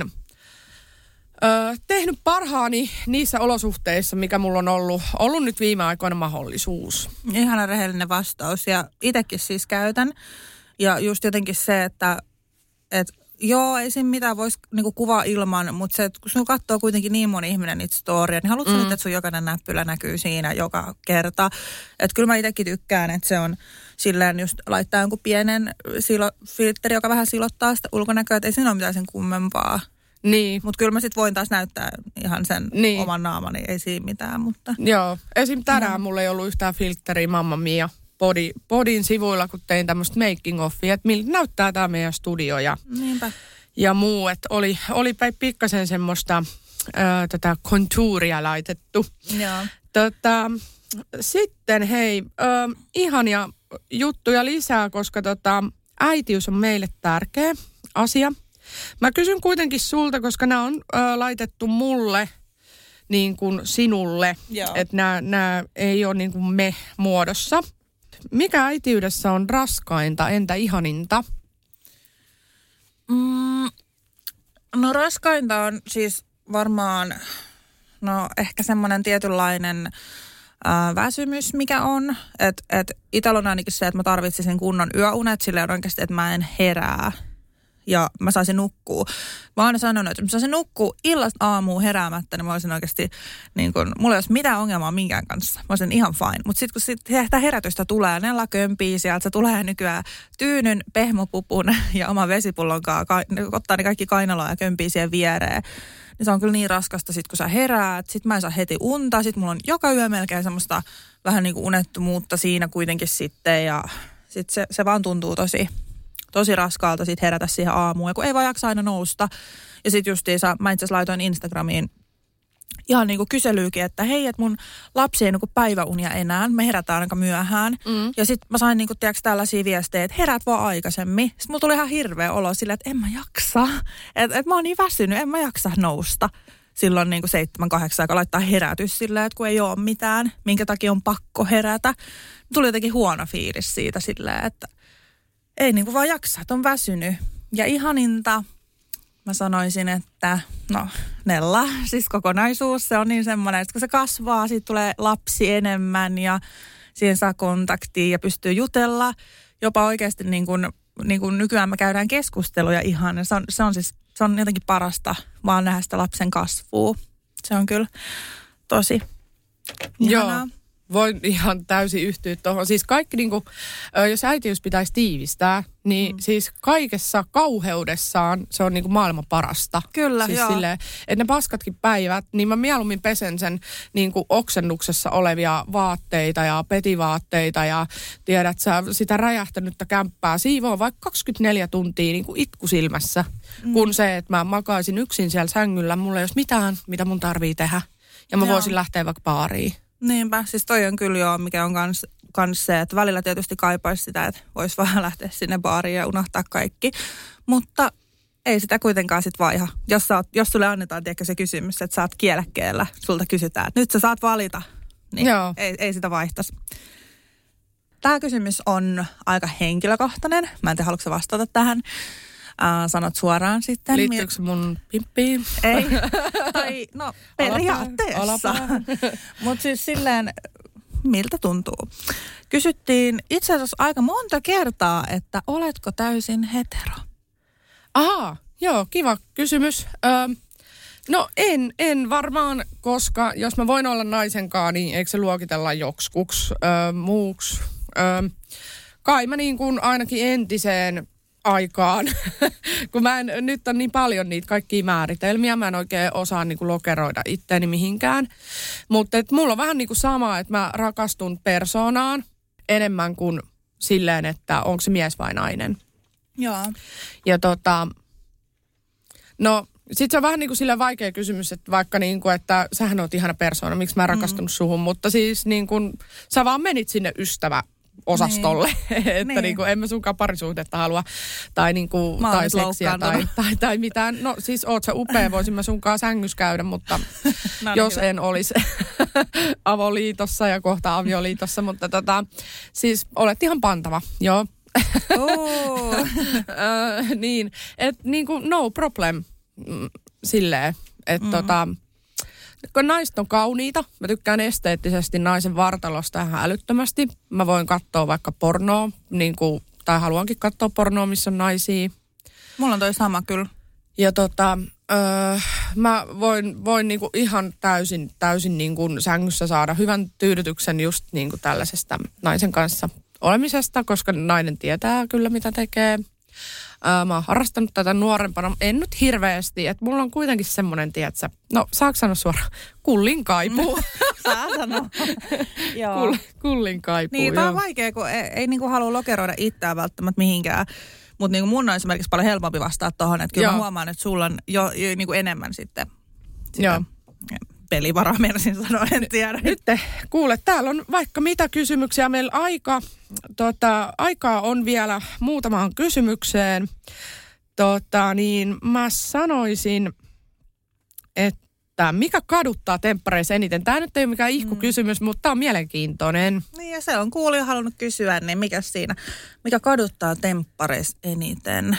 ö, tehnyt parhaani niissä olosuhteissa, mikä mulla on ollut, ollut nyt viime aikoina mahdollisuus. Ihana rehellinen vastaus ja itsekin siis käytän. Ja just jotenkin se, että et joo, ei siinä mitään voisi niinku kuvaa ilman, mutta se, että kun sun katsoo kuitenkin niin moni ihminen niitä storia, niin haluatko mm. nyt, että sun jokainen näppylä näkyy siinä joka kerta. Että kyllä mä itsekin tykkään, että se on silleen just laittaa jonkun pienen silo, filtteri, joka vähän silottaa sitä ulkonäköä, että ei siinä ole mitään sen kummempaa. Niin. Mutta kyllä mä sit voin taas näyttää ihan sen niin. oman naamani, ei siinä mitään, mutta. Joo, esim. Tänään no. mulla ei ollut yhtään filtteriä Mamma Mia body, bodyn sivuilla, kun tein tämmöistä making offia, että miltä näyttää tämä meidän studio ja, Niinpä. ja muu, että oli, oli pikkasen semmoista ää, tätä kontuuria laitettu. Joo. Tota, sitten hei, ää, ihania juttuja lisää, koska tota, äitiys on meille tärkeä asia. Mä kysyn kuitenkin sulta, koska nämä on ää, laitettu mulle niin kuin sinulle, että nämä ei ole niin kuin me muodossa. Mikä äitiydessä on raskainta, entä ihaninta? Mm, no raskainta on siis varmaan, no ehkä semmoinen tietynlainen äh, väsymys, mikä on. Että et itsellä on ainakin se, että mä tarvitsisin kunnon yöunet silleen oikeasti, että mä en herää. Ja mä saisin nukkua. Mä oon aina sanonut, että mä saisin nukkua illasta aamuun heräämättä, niin mä olisin oikeasti, niin kun, mulla ei olisi mitään ongelmaa minkään kanssa. Mä olisin ihan fine. Mutta sitten kun sitä herätystä tulee, Nella kömpii sieltä, se tulee nykyään tyynyn, pehmopupun ja oman vesipullon kanssa, ottaa ne kaikki kainaloa ja kömpii siihen viereen. Niin se on kyllä niin raskasta sit, kun sä heräät. Sitten mä en saa heti unta. Sitten mulla on joka yö melkein semmoista vähän niin kuin unettomuutta siinä kuitenkin sitten. Ja sitten se, se vaan tuntuu tosi... Tosi raskaalta sit herätä siihen aamuun, ja kun ei vaan jaksa aina nousta. Ja sit justiinsa, mä itse asiassa laitoin Instagramiin ihan niinku kyselyykin, että hei, että mun lapsi ei niinku päiväunia enää, me herätään aika myöhään. Mm. Ja sit mä sain niinku, tiiäks, tällaisia viestejä, että herät vaan aikaisemmin. Sitten mulla tuli ihan hirveä olo silleen, että en mä jaksa. Että et mä oon niin väsynyt, en mä jaksa nousta. Silloin niinku seitsemän, kahdeksan aika laittaa herätys silleen, että kun ei ole mitään, minkä takia on pakko herätä. Tuli jotenkin huono fiilis siitä silleen, että ei niinku vaan jaksa, että on väsynyt. Ja ihaninta, mä sanoisin, että no Nella, siis kokonaisuus, se on niin semmoinen, että kun se kasvaa, siitä tulee lapsi enemmän ja siihen saa kontaktia ja pystyy jutella. Jopa oikeasti niin kuin, niin kuin nykyään me käydään keskusteluja ihan. Se on, se on siis, se on jotenkin parasta vaan nähdä sitä lapsen kasvua. Se on kyllä tosi ihanaa. Joo. Voin ihan täysin yhtyä tuohon. Siis kaikki niinku, jos äitiys pitäisi tiivistää, niin mm. siis kaikessa kauheudessaan se on niinku maailman parasta. Kyllä, siis joo. Silleen, että ne paskatkin päivät, niin mä mieluummin pesen sen niinku oksennuksessa olevia vaatteita ja petivaatteita ja tiedät sä sitä räjähtänyttä kämppää siivoon vaikka kaksikymmentäneljä tuntia niinku itku silmässä, mm. kun se, että mä makaisin yksin siellä sängyllä, mulla ei olisi mitään, mitä mun tarvii tehdä. Ja mä joo. voisin lähteä vaikka baariin. Niinpä, siis toi on kyllä joo, mikä on kans, kans se, että välillä tietysti kaipaisi sitä, että voisi vaan lähteä sinne baariin ja unohtaa kaikki. Mutta ei sitä kuitenkaan sit vaiha. Jos, oot, jos sulle annetaan tiedätkö, se kysymys, että sä oot kielekkeellä, sulta kysytään, että nyt sä saat valita, niin joo. Ei, ei sitä vaihtaisi. Tämä kysymys on aika henkilökohtainen. Mä en tiedä, haluatko vastata tähän. Äh, sanot suoraan sitten. Liittyykö se mun pimppiin? Ei. Tai no periaatteessa. Mutta siis silleen, miltä tuntuu? Kysyttiin itse asiassa aika monta kertaa, että oletko täysin hetero? Ahaa, joo, kiva kysymys. Ö, no en, en varmaan, koska jos mä voin olla naisenkaan, niin eikö se luokitella joksikuks, ö, muuks? Ö, kai mä niin kuin ainakin entiseen aikaan, kun mä en, nyt on niin paljon niitä kaikkia määritelmiä, mä en oikein osaa niin kuin lokeroida itteeni mihinkään. Mutta mulla on vähän niin kuin sama, että mä rakastun persoonaan enemmän kuin silleen, että onko se mies vai nainen. Joo. Ja tota, no sit se on vähän niin kuin silleen vaikea kysymys, että vaikka niin kuin, että sähän oot ihana persoona, miksi mä en rakastunut mm. suhun, mutta siis niin kuin, sä vaan menit sinne ystävä osastolle, niin. että niin. Niinku, en mä sunkaan parisuhdetta halua, tai, niinku, tai seksiä, tai, tai, tai mitään. No siis oot sä upea, voisin mä sunkaan sängys käydä, mutta no, jos hyvä. En olisi avoliitossa ja kohta avioliitossa, mutta tota, siis olet ihan pantava, joo. Oh. niin, että niinku no problem silleen, että mm. tota, kun naiset on kauniita, mä tykkään esteettisesti naisen vartalosta ihan älyttömästi. Mä voin katsoa vaikka pornoa, niin kuin, tai haluankin katsoa pornoa, missä on naisia. Mulla on toi sama kyllä. Ja tota, öö, mä voin, voin niinku ihan täysin, täysin niinku sängyssä saada hyvän tyydytyksen just niinku tällaisesta naisen kanssa olemisesta, koska nainen tietää kyllä mitä tekee. Öö, mä oon harrastanut tätä nuorempana, en nyt hirveästi, että mulla on kuitenkin semmoinen, tietsä, no saako sanoa suoraan, kullin kaipuu. Saa sanoa. Joo. Kull, kullin kaipuu, niin, tää on vaikea, kun ei, ei niinku halua lokeroida itseään välttämättä mihinkään. Mutta niinku mun on esimerkiksi paljon helpompi vastaa tuohon, että kyllä mä huomaan, että sulla on jo, jo niinku enemmän sitten sitä pelivaraa, meinasin sanoa, en tiedä. Nyt kuule, täällä on vaikka mitä kysymyksiä. Meillä aika, tota, aikaa on vielä muutamaan kysymykseen. Tota, niin mä sanoisin, että mikä kaduttaa temppareissa eniten? Tämä nyt ei ole mikään ihkukysymys, mm. mutta tämä on mielenkiintoinen. Niin ja se on kuulija halunnut kysyä, niin mikä siinä? Mikä kaduttaa temppareissa eniten?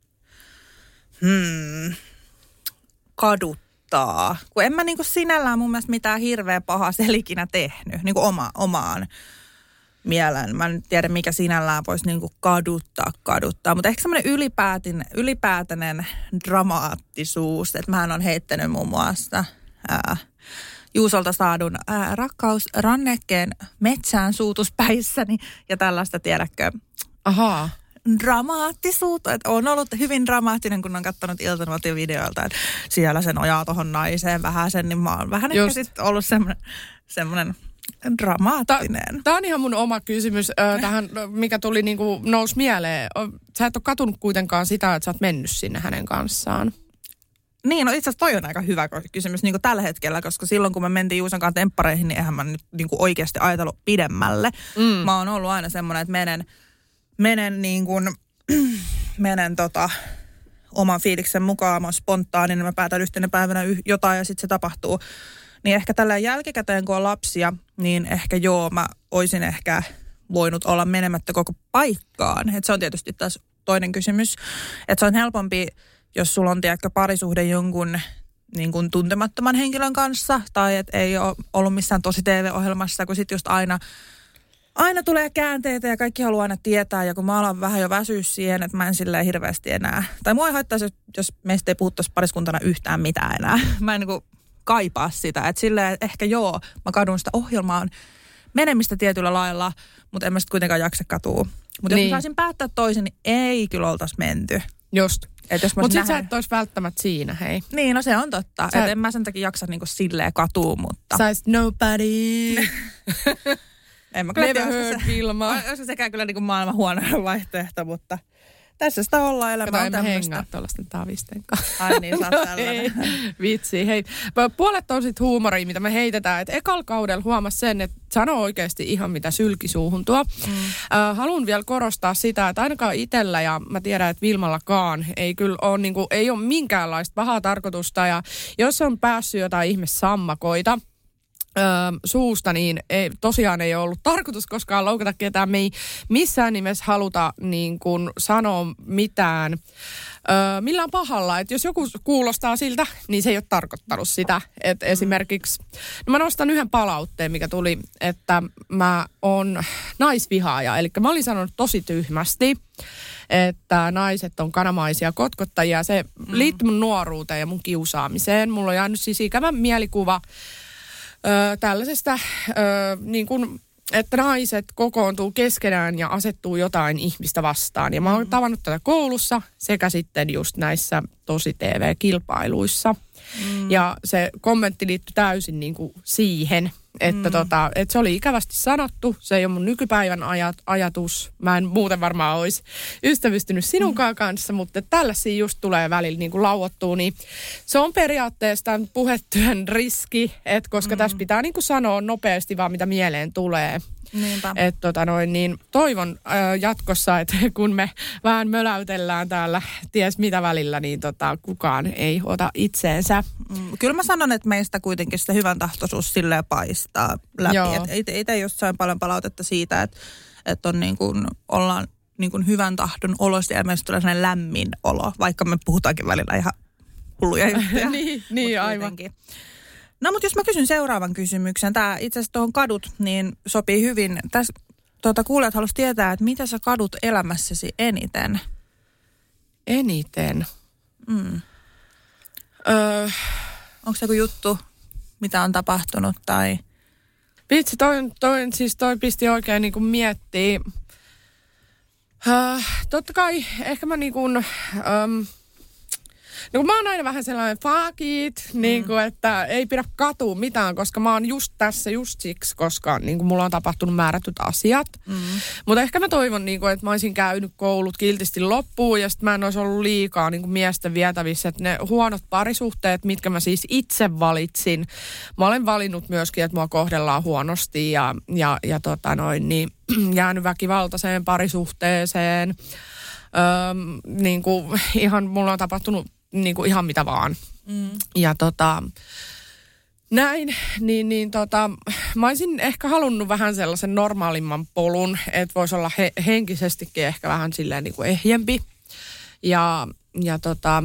Hmm. Kaduttaa. Kun en mä niinku sinällään mun mielestä mitään hirveä pahaa selikinä tehnyt, niinku oma, omaan mieleen. Mä en tiedä, mikä sinällään voisi niinku kaduttaa, kaduttaa. Mutta ehkä semmoinen ylipäätin, ylipäätäinen dramaattisuus, että mähän on heittänyt muun muassa ää, Juusolta saadun ää, rakkausrannekkeen metsään suutuspäissäni ja tällaista, tiedätkö? Ahaa. Dramaattisuutta, että on ollut hyvin dramaattinen, kun on katsonut Iltanuotion videoilta, että siellä se nojaa tohon naiseen vähän sen, niin mä oon vähän Just. ehkä sitten ollut semmoinen, semmoinen dramaattinen. Tämä on ihan mun oma kysymys ö, tähän, mikä tuli niinku nousi mieleen. Sä et ole katunut kuitenkaan sitä, että sä oot mennyt sinne hänen kanssaan. Niin, no itse asiassa toi on aika hyvä kysymys niin kuin tällä hetkellä, koska silloin kun me mentiin Juuson kanssa temppareihin, niin eihän mä nyt niin kuin oikeasti ajatellut pidemmälle. Mm. Mä oon ollut aina semmoinen, että menen Menen niin kuin, menen tota, oman fiiliksen mukaan, mä oon spontaaninen, niin mä päätän yhtenä päivänä yh- jotain ja sitten se tapahtuu. Niin ehkä tällä jälkikäteen, kun on lapsia, niin ehkä joo, mä oisin ehkä voinut olla menemättä koko paikkaan. Et se on tietysti taas toinen kysymys. Että se on helpompi jos sulla on tiedäkö parisuhde jonkun niin kuin tuntemattoman henkilön kanssa, tai et ei ole ollut missään tosi T V-ohjelmassa, kun sitten just aina, aina tulee käänteitä ja kaikki haluaa aina tietää, ja kun mä alan vähän jo väsyä siihen, että mä en silleen hirveästi enää, tai mua ei haittaisi, jos meistä ei puhuttaisi pariskuntana yhtään mitään enää. Mä en niin kuin kaipaa sitä, että silleen ehkä joo, mä kadun sitä ohjelmaan menemistä tietyllä lailla, mutta en mä sitten kuitenkaan jaksa katua. Mutta niin. Jos mä saisin päättää toisin, niin ei kyllä oltaisi menty. Just. Mutta sitten nähden... sä et olisi välttämättä siinä, hei. Niin, no se on totta. Sä... Että en mä sen takia jaksa niinku silleen katua, mutta... Sä olisit nobody. En mä kyllä Never heard Vilma. Olisi sekään kyllä niinku maailman huono vaihtoehto, mutta tässä sitä ollaan, elämä on tämmöistä. Kato, emme hengaa tuollaisten tavisten kanssa. Ai niin, sä oot tällainen. Vitsi, hei. Puolet on sit huumoria, mitä me heitetään. Että ekalla kaudella huomasi sen, että sano oikeasti ihan mitä sylki suuhun tuo. Mm. Äh, haluan vielä korostaa sitä, että ainakaan itsellä ja mä tiedän, että Vilmallakaan ei kyllä ole, niinku, ei ole minkäänlaista pahaa tarkoitusta. Ja jos on päässyt jotain ihme sammakoita, Öö, suusta, niin ei, tosiaan ei ole ollut tarkoitus koskaan loukata ketään. Me ei missään nimessä haluta niin kuin sanoa mitään öö, millään pahalla. Et jos joku kuulostaa siltä, niin se ei ole tarkoittanut sitä. Et mm. Esimerkiksi, no mä nostan yhden palautteen, mikä tuli, että mä oon naisvihaaja. Eli mä olin sanonut tosi tyhmästi, että naiset on kanamaisia kotkottajia. Se mm. liittyy mun nuoruuteen ja mun kiusaamiseen. Mulla on jäänyt siis ikävä mielikuva Öö, tällaisesta, öö, niin kuin, että naiset kokoontuu keskenään ja asettuu jotain ihmistä vastaan. Ja mä oon tavannut tätä koulussa sekä sitten just näissä tosi T V-kilpailuissa. Mm. Ja se kommentti liittyi täysin niin kuin siihen, että, mm. tota, että se oli ikävästi sanottu. Se ei ole mun nykypäivän ajat, ajatus. Mä en muuten varmaan olisi ystävystynyt sinunkaan mm. kanssa, mutta tällaisia just tulee välillä niin kuin lauottua. Niin se on periaatteessa tämän puhetyön riski, että koska mm. tässä pitää niin kuin sanoa nopeasti vaan mitä mieleen tulee. Että tota noin, niin toivon äh, jatkossa, että kun me vähän möläytellään täällä ties mitä välillä, niin tota, kukaan ei ota itseensä. Mm, kyllä mä sanon, että meistä kuitenkin sitä hyvän tahtoisuus silleen paistaa läpi. Et ei, ei just sain paljon palautetta siitä, että, että on niin kuin, ollaan niin kuin hyvän tahdon olosta ja meistä tulee sellainen lämmin olo, vaikka me puhutaankin välillä ihan hulluja juttuja. niin, niin aivan. No, mutta jos mä kysyn seuraavan kysymyksen, tämä itse asiassa tuohon kadut, niin sopii hyvin. Tässä tuota, kuulijat haluaisi tietää, että mitä sä kadut elämässäsi eniten? Eniten? Mm. Öö, Onko se joku juttu, mitä on tapahtunut tai... Vitsi, toi, toi, siis toi pisti oikein niin kuin miettiä. Uh, totta kai, ehkä mä niin kuin... Um, No kun mä oon aina vähän sellainen fuck it, mm. niin kuin, että ei pidä katua mitään, koska mä oon just tässä just siksi, koska niin kuin mulla on tapahtunut määrätyt asiat. Mm. Mutta ehkä mä toivon, niin kuin, että mä olisin käynyt koulut kiltisti loppuun ja sitten mä en olisi ollut liikaa niin kuin miesten vietävissä. Että ne huonot parisuhteet, mitkä mä siis itse valitsin, mä olen valinnut myöskin, että mua kohdellaan huonosti ja, ja, ja tota noin, niin, jäänyt väkivaltaiseen parisuhteeseen. Öm, niin kuin, ihan mulla on tapahtunut niin kuin ihan mitä vaan. Mm. Ja tota, näin, niin, niin tota, mä olisin ehkä halunnut vähän sellaisen normaalimman polun, että voisi olla he, henkisestikin ehkä vähän silleen niin kuin ehjempi. Ja, ja tota,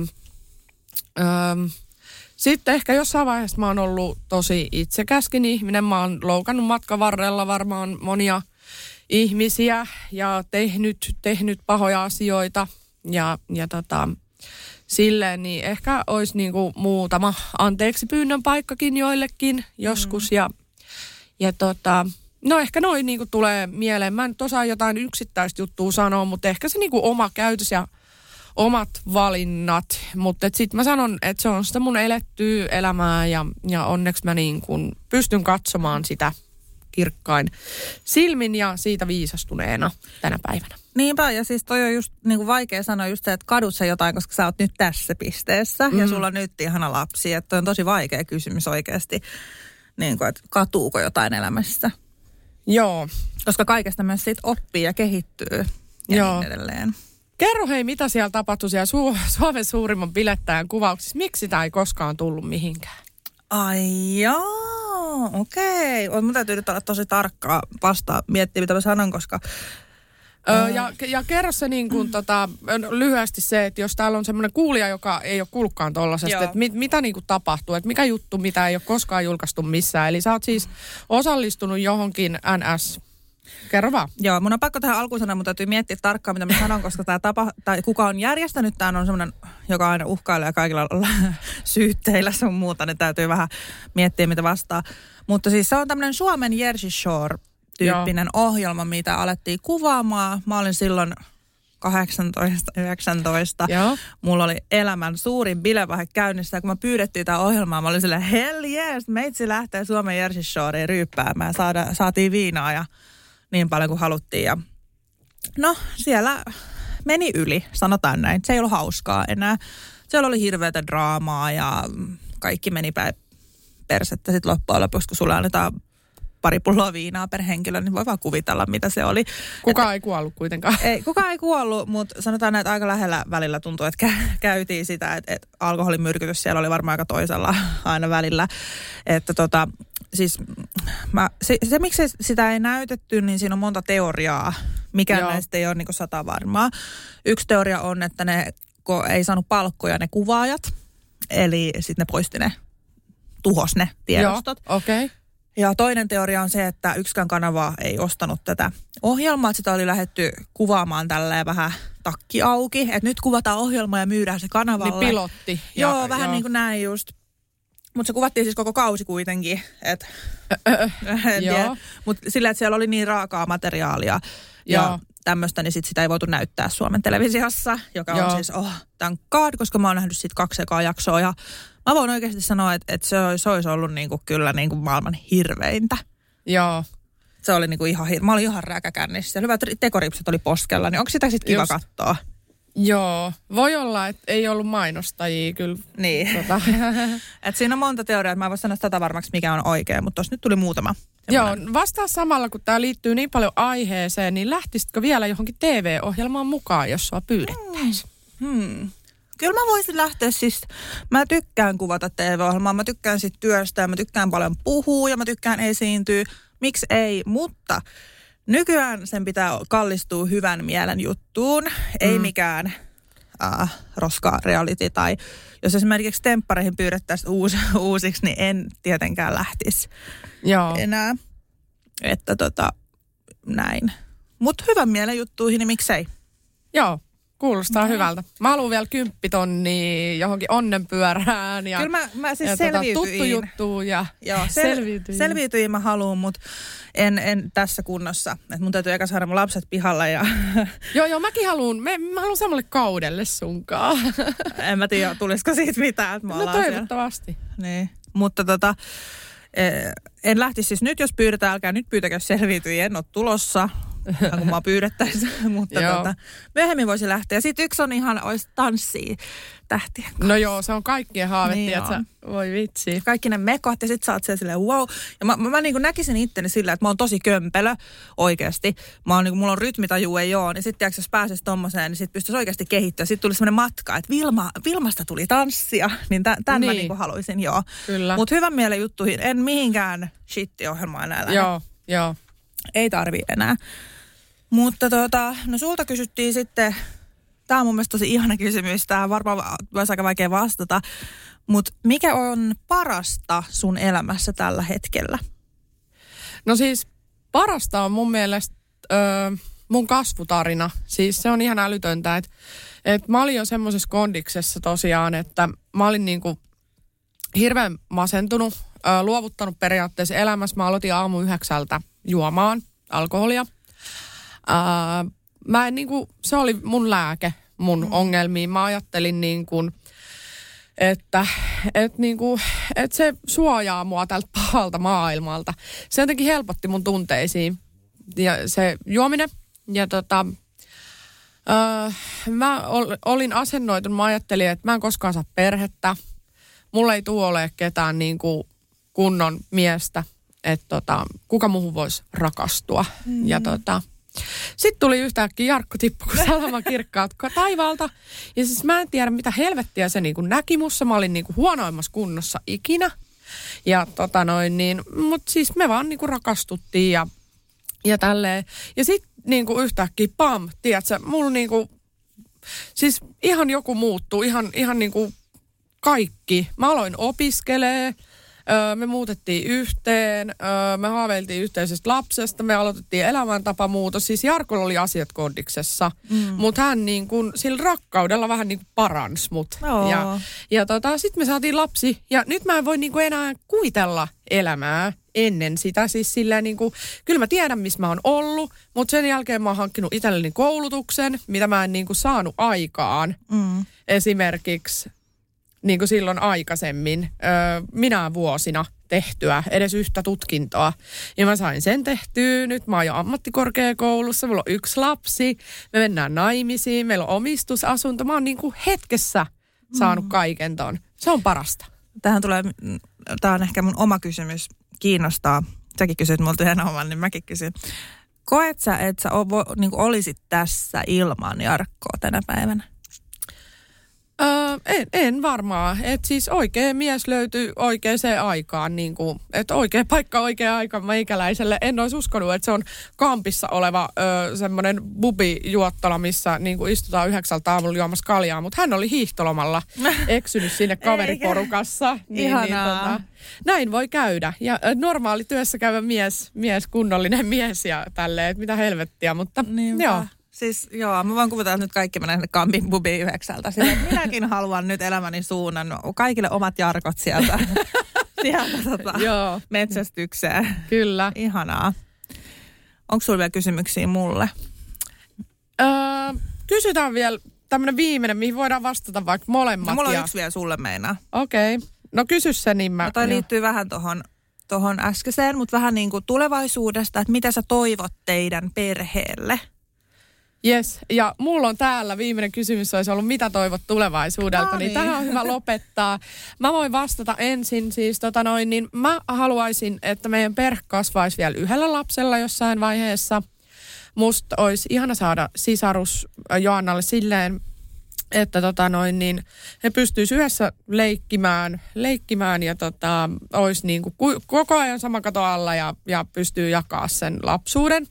öm, sitten ehkä jossain vaiheessa mä oon ollut tosi itsekäskin ihminen. Mä oon loukannut matkan varrella varmaan monia ihmisiä ja tehnyt, tehnyt pahoja asioita ja, ja tota, silleen niin ehkä olisi niinku muutama anteeksi pyynnön paikkakin joillekin joskus mm. ja, ja tota, no ehkä noin niinku tulee mieleen. Mä en nyt osaa jotain yksittäistä juttua sanoa, mutta ehkä se niinku oma käytös ja omat valinnat, mutta sitten mä sanon, että se on sitä mun elettyä elämää ja, ja onneksi mä niin kun pystyn katsomaan sitä kirkkain silmin ja siitä viisastuneena tänä päivänä. Niinpä, ja siis toi on just niin kuin vaikea sanoa just se, että kadut sä jotain, koska sä oot nyt tässä pisteessä mm. ja sulla on nyt ihana lapsi, että toi on tosi vaikea kysymys oikeasti, niin kuin, että katuuko jotain elämässä. Joo. Koska kaikesta myös siitä oppii ja kehittyy ja Joo. niin edelleen. Kerro hei, mitä siellä tapahtui siellä Su- Suomen suurimman bilettäjän kuvauksissa? Miksi sitä ei koskaan tullut mihinkään? Ai joo, okei. Okay. Mun täytyy nyt olla tosi tarkkaa vastaa miettiä, mitä mä sanon, koska Öö, ja, ja kerro se niin kuin, tota, lyhyesti se, että jos täällä on semmoinen kuulija, joka ei ole kuullutkaan tollasesta, että mit, mitä niin kuin tapahtuu, että mikä juttu, mitä ei ole koskaan julkaistu missään. Eli sä oot siis osallistunut johonkin N S. Kerro vaan. Joo, mun on pakko tähän alkuun sanoa, mutta täytyy miettiä tarkkaan, mitä mä sanon, koska tämä tapa, tai kuka on järjestänyt tämän on semmoinen, joka aina uhkailee kaikilla syytteillä sun muuta, niin täytyy vähän miettiä, mitä vastaa. Mutta siis se on tämmöinen Suomen Jersey Shore-tyyppinen Joo. ohjelma, mitä alettiin kuvaamaan. Mä olin silloin kahdeksantoista yhdeksäntoista. Joo. Mulla oli elämän suurin bilevaihe käynnissä. Ja kun mä pyydettiin tää ohjelmaa, mä olin silleen, hell yes, meitsi lähtee Suomen Jersey Shoreen ryyppäämään. Saada, saatiin viinaa ja niin paljon kuin haluttiin. Ja no, siellä meni yli, sanotaan näin. Se ei ollut hauskaa enää. Siellä oli hirveätä draamaa ja kaikki meni päin persettä. Sitten loppujen lopuksi, kun sulle annetaan pari pulloa viinaa per henkilö, niin voi vaan kuvitella, mitä se oli. Kuka että, ei kuollut kuitenkaan. Ei, kuka ei kuollut, mutta sanotaan, että aika lähellä välillä tuntui, että kä- käytiin sitä, että, että alkoholimyrkytys siellä oli varmaan aika toisella aina välillä. Että tota, siis mä, se, se, miksi sitä ei näytetty, niin siinä on monta teoriaa. Mikään Joo. näistä ei ole niin kuin sata varmaa. Yksi teoria on, että ne ei saanut palkkoja ne kuvaajat, eli sitten ne poisti ne, tuhos ne tiedostot. Joo, okei. Okay. Ja toinen teoria on se, että yksikään kanava ei ostanut tätä ohjelmaa. Että sitä oli lähdetty kuvaamaan tälleen vähän takki auki. Että nyt kuvataan ohjelmaa ja myydään se kanavalle. Niin pilotti. Joo, ja, vähän joo. niin kuin näin just. Mutta se kuvattiin siis koko kausi kuitenkin. Et, mutta sillä, että siellä oli niin raakaa materiaalia ja joo. tämmöistä, niin sit sitä ei voitu näyttää Suomen televisiossa. Joka joo. on siis, oh, thank God, koska mä oon nähnyt siitä kaksi ekaa jaksoa ja mä voin oikeasti sanoa, että, että se, olisi, se olisi ollut niinku, kyllä niinku maailman hirveintä. Joo. Se oli niinku ihan hirveä. Mä olin ihan räkäkännissä. Hyvät tekoripset oli poskella, niin onko sitä sitten kiva Just. katsoa? Joo. Voi olla, että ei ollut mainostajia kyllä. Niin. Tota. Et siinä on monta teoriaa, että mä en voi sanoa tätä varmaksi, mikä on oikein, mutta tuossa nyt tuli muutama. Semmoinen. Joo, vastaa samalla, kun tämä liittyy niin paljon aiheeseen, niin lähtisitkö vielä johonkin T V-ohjelmaan mukaan, jos sua pyydettäisiin? Hmm. hmm. Kyllä mä voisin lähteä siis, mä tykkään kuvata T V-ohjelmaa, mä tykkään sit työstä ja mä tykkään paljon puhua ja mä tykkään esiintyä. Miksi ei, mutta nykyään sen pitää kallistua hyvän mielen juttuun, ei mm. mikään äh, roska reality tai jos esimerkiksi temppareihin pyydettäisiin uus, uusiksi, niin en tietenkään lähtisi Joo. enää. Että tota, näin. Mutta hyvän mielen juttuihin, niin miksei? Joo. Kuulostaa no. hyvältä. Mä haluan vielä kymppitonnia johonkin onnenpyörään. Ja, Kyllä mä, mä siis ja selviytyin. Tota, tuttu juttu ja Joo, sel- selviytyin. Selviytyin mä haluan, mutta en, en tässä kunnossa. Et mun täytyy eka saada mun lapset pihalla. Ja joo, joo, mäkin haluan. Mä, mä haluan samalle kaudelle sunkaan. En mä tiedä, tulisiko siitä mitään. Että no toivottavasti. Siellä. Niin, mutta tota, en lähtisi siis nyt, jos pyydetään, älkää nyt pyytäkö selviytyjiä, en ole tulossa. kun mä pyydettäisiin, mutta tuota, myöhemmin voisi lähteä. Sitten yksi on ihan, olisi tanssia tähtien kanssa. No joo, se on kaikkien haave, niin tiedätkö? Voi vitsi. Kaikki ne mekot ja sit sä oot siellä silleen wow. Ja mä, mä, mä niin kuin näkisin itteni sillä, että mä oon tosi kömpelö oikeasti. Mä oon niin kuin, mulla on rytmitaju ei oo, niin sitten jos pääsisi tommoseen, niin sit pystyisi oikeasti kehittyä. Sitten tuli semmoinen matka, että Vilma, Vilmasta tuli tanssia, niin tämän niin. mä niin kuin haluaisin, joo. Kyllä. Mutta hyvän mielen juttuihin, en mihinkään shitti-ohjelmaa enää lähde. Joo, joo. Ei tarvii enää. Mutta tota, no sulta kysyttiin sitten, tämä on mun mielestä tosi ihana kysymys, tämä varmaan olisi aika vaikea vastata, mutta mikä on parasta sun elämässä tällä hetkellä? No siis parasta on mun mielestä öö, mun kasvutarina. Siis se on ihan älytöntä, että et mä olin jo semmoisessa kondiksessa tosiaan, että mä olin niinku hirveän masentunut, öö, luovuttanut periaatteessa elämässä. Mä aloitin aamu yhdeksältä juomaan alkoholia. Uh, mä en, niin kuin, se oli mun lääke mun mm. ongelmiin. Mä ajattelin, niin kuin, että, että, niin kuin, että se suojaa mua tältä pahalta maailmalta. Se jotenkin helpotti mun tunteisiin ja se juominen. Ja tota, uh, mä ol, olin asennoitunut, mä ajattelin, että mä en koskaan saa perhettä. Mulla ei tule ole ketään niin kuin kunnon miestä, että tota, kuka muuhun voisi rakastua. Mm. Ja tota... Sitten tuli yhtäkkiä Jarkko tippu kuin salama kirkkaat taivaalta. Ja siis mä en tiedä, mitä helvettiä se niinku näki mussa. Mä olin niinku huonoimmassa kunnossa ikinä. Ja tota noin niin, mut siis me vaan niinku rakastuttiin ja, ja tälleen. Ja sitten niin kuin yhtäkkiä pam, tiedätkö, mulla niin kuin, siis ihan joku muuttuu, ihan, ihan niin kuin kaikki. Mä aloin opiskelee, öö, me muutettiin yhteen, öö, me haaveiltiin yhteisestä lapsesta, me aloitettiin elämäntapamuutos. Siis Jarkolla oli asiat kondiksessa, mm. mutta hän niin kuin sillä rakkaudella vähän niin kuin paransi mut. Oh. Ja, ja tota, sitten me saatiin lapsi ja nyt mä en voi niin kuin enää kuvitella elämää ennen sitä. Siis silleen niin kuin, kyllä mä tiedän, missä mä oon ollut, mutta sen jälkeen mä oon hankkinut itselleni koulutuksen, mitä mä en niin kuin saanut aikaan. Mm. Esimerkiksi niin kuin silloin aikaisemmin, öö, minä vuosina tehtyä, edes yhtä tutkintoa. Ja mä sain sen tehtyä, nyt mä oon jo ammattikorkeakoulussa, mulla on yksi lapsi, me mennään naimisiin, meillä on omistusasunto. Mä oon niin kuin hetkessä saanut mm. kaiken ton. Se on parasta. Tähän tulee, tää on ehkä mun oma kysymys, kiinnostaa. Säkin kysyt multa yhden oman, niin mäkin kysyn. Koet sä, että sä niin kuin olisit tässä ilman Jarkkoa tänä päivänä? Öö, en, en varmaan. Että siis oikea mies löytyy oikeaan aikaan. Niin kuin, että oikea paikka oikea aika meikäläiselle. En olisi uskonut, että se on kampissa oleva öö, semmoinen bubijuottola, missä niin kuin istutaan yhdeksältä aamulla juomassa kaljaa. Mutta hän oli hiihtolomalla eksynyt sinne kaveriporukassa. Niin, Ihanaa. Niin, tota, näin voi käydä. Ja normaali työssä käyvä mies, mies, kunnollinen mies ja tälleen, että mitä helvettiä. Mutta Niinpä. Joo. Siis joo, mä voin kuvitella, että nyt kaikki menee Kampin bubiin yhdeksältä. Sillä, minäkin haluan nyt elämäni suunnan kaikille omat Jarkot sieltä, sieltä tota, metsästykseen. Kyllä. Ihanaa. Onko sulla vielä kysymyksiä mulle? Öö, kysytään vielä tämmöinen viimeinen, mihin voidaan vastata vaikka molemmat. No, mulla on ja... yksi vielä sulle meinaa. Okei. Okay. No kysy se, niin mä... No, toi liittyy vähän tohon, tohon äskeiseen, mutta vähän niin kuin tulevaisuudesta, että mitä sä toivot teidän perheelle? Jes, ja mulla on täällä viimeinen kysymys, olisi ollut, mitä toivot tulevaisuudelta, no niin. niin tähän on hyvä lopettaa. Mä voin vastata ensin, siis tota noin, niin mä haluaisin, että meidän perhe kasvaisi vielä yhdellä lapsella jossain vaiheessa. Musta olisi ihana saada sisarus Joannalle silleen, että tota noin, niin he pystyisivät yhdessä leikkimään, leikkimään ja tota, olisi niin kuin koko ajan sama kato alla ja, ja pystyy jakaa sen lapsuuden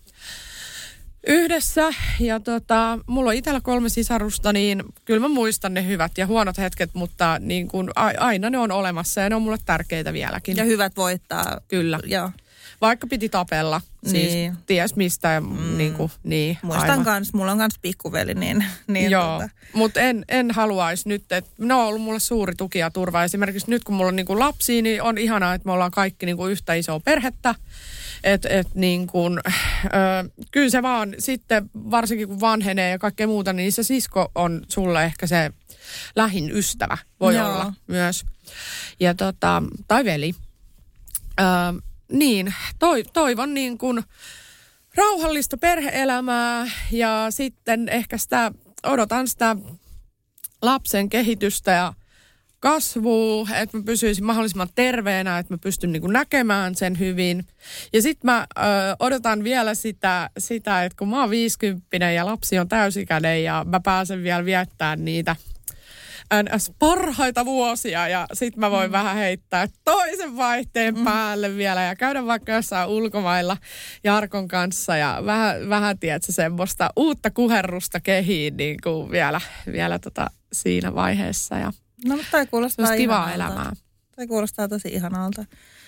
yhdessä. Ja tota, mulla on itsellä kolme sisarusta, niin kyllä mä muistan ne hyvät ja huonot hetket, mutta niin kuin aina ne on olemassa ja ne on mulle tärkeitä vieläkin. Ja hyvät voittaa. Kyllä. Joo. Vaikka piti tapella, siis niin. ties mistä ja mm. niin kuin, niin. Muistan aivan. Kans, mulla on kans pikkuveli, niin. niin Joo, tuota. mutta en, en haluaisi nyt, että ne on ollut mulle suuri tuki ja turva. Esimerkiksi nyt kun mulla on niin kuin lapsia, niin on ihanaa, että me ollaan kaikki niin kuin yhtä isoa perhettä. Että et niin kuin, ö, kyllä se vaan sitten, varsinkin kun vanhenee ja kaikkea muuta, niin se sisko on sulle ehkä se lähin ystävä, voi Joo. olla myös. Ja tota, tai veli. Ö, niin, toi, toivon niin kuin rauhallista perhe-elämää ja sitten ehkä sitä, odotan sitä lapsen kehitystä ja kasvua, että mä pysyisin mahdollisimman terveenä, että mä pystyn niin kuin näkemään sen hyvin. Ja sit mä ö, odotan vielä sitä, sitä, että kun mä oon viisikymppinen ja lapsi on täysikäinen ja mä pääsen vielä viettämään niitä ns. Parhaita vuosia ja sit mä voin mm. vähän heittää toisen vaihteen mm. päälle vielä ja käydä vaikka jossain ulkomailla Jarkon kanssa ja vähän, vähän tiedätkö, semmoista uutta kuherrusta kehiin niin kuin vielä, vielä tota siinä vaiheessa ja no, mutta toi kuulostaa kivaa elämää. Toi kuulostaa tosi ihanalta.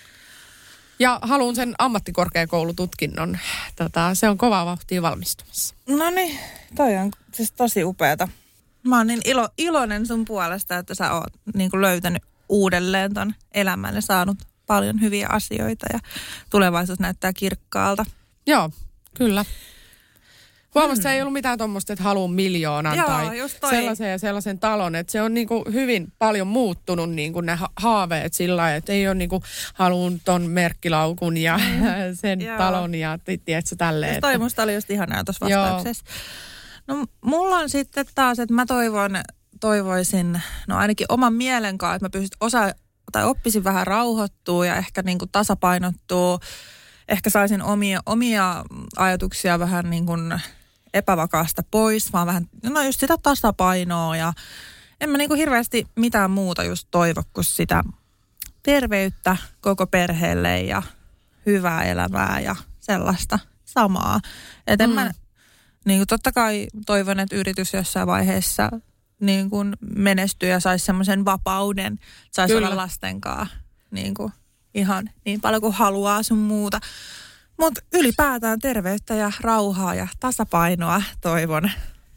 Ja haluan sen ammattikorkeakoulututkinnon. Tota, se on kovaa vauhtia valmistumassa. No niin, toi on siis tosi upeata. Mä oon niin ilo, iloinen sun puolesta, että sä oot niin kuin löytänyt uudelleen ton elämän ja saanut paljon hyviä asioita ja tulevaisuus näyttää kirkkaalta. Joo, kyllä. Huomasta hmm. ei ollut mitään tuommoista, että haluan miljoonan Joo, tai sellaisen ja sellaisen talon. Että se on niinku hyvin paljon muuttunut niinku ne haaveet sillä lailla, että ei ole niinku haluan ton merkkilaukun ja mm. sen Joo. talon ja tiedätkö tälleen. Toi musta oli just ihanaa tuossa vastauksessa. No mulla on sitten taas, että mä toivon, toivoisin, no ainakin oman mielen kanssa, että mä pystyn osa tai oppisin vähän rauhoittua ja ehkä niinku tasapainottua. Ehkä saisin omia, omia ajatuksia vähän niin kuin epävakaasta pois, vaan vähän, no just sitä tasapainoa ja en mä niin kuin hirveästi mitään muuta just toivo kuin sitä terveyttä koko perheelle ja hyvää elämää ja sellaista samaa. Että mm. en, mä, niin kuin totta kai toivon, että yritys jossain vaiheessa niin kuin menestyy ja saisi semmoisen vapauden, saisi olla lasten kanssa niin kuin ihan niin paljon kuin haluaa sun muuta. Mutta ylipäätään terveyttä ja rauhaa ja tasapainoa toivon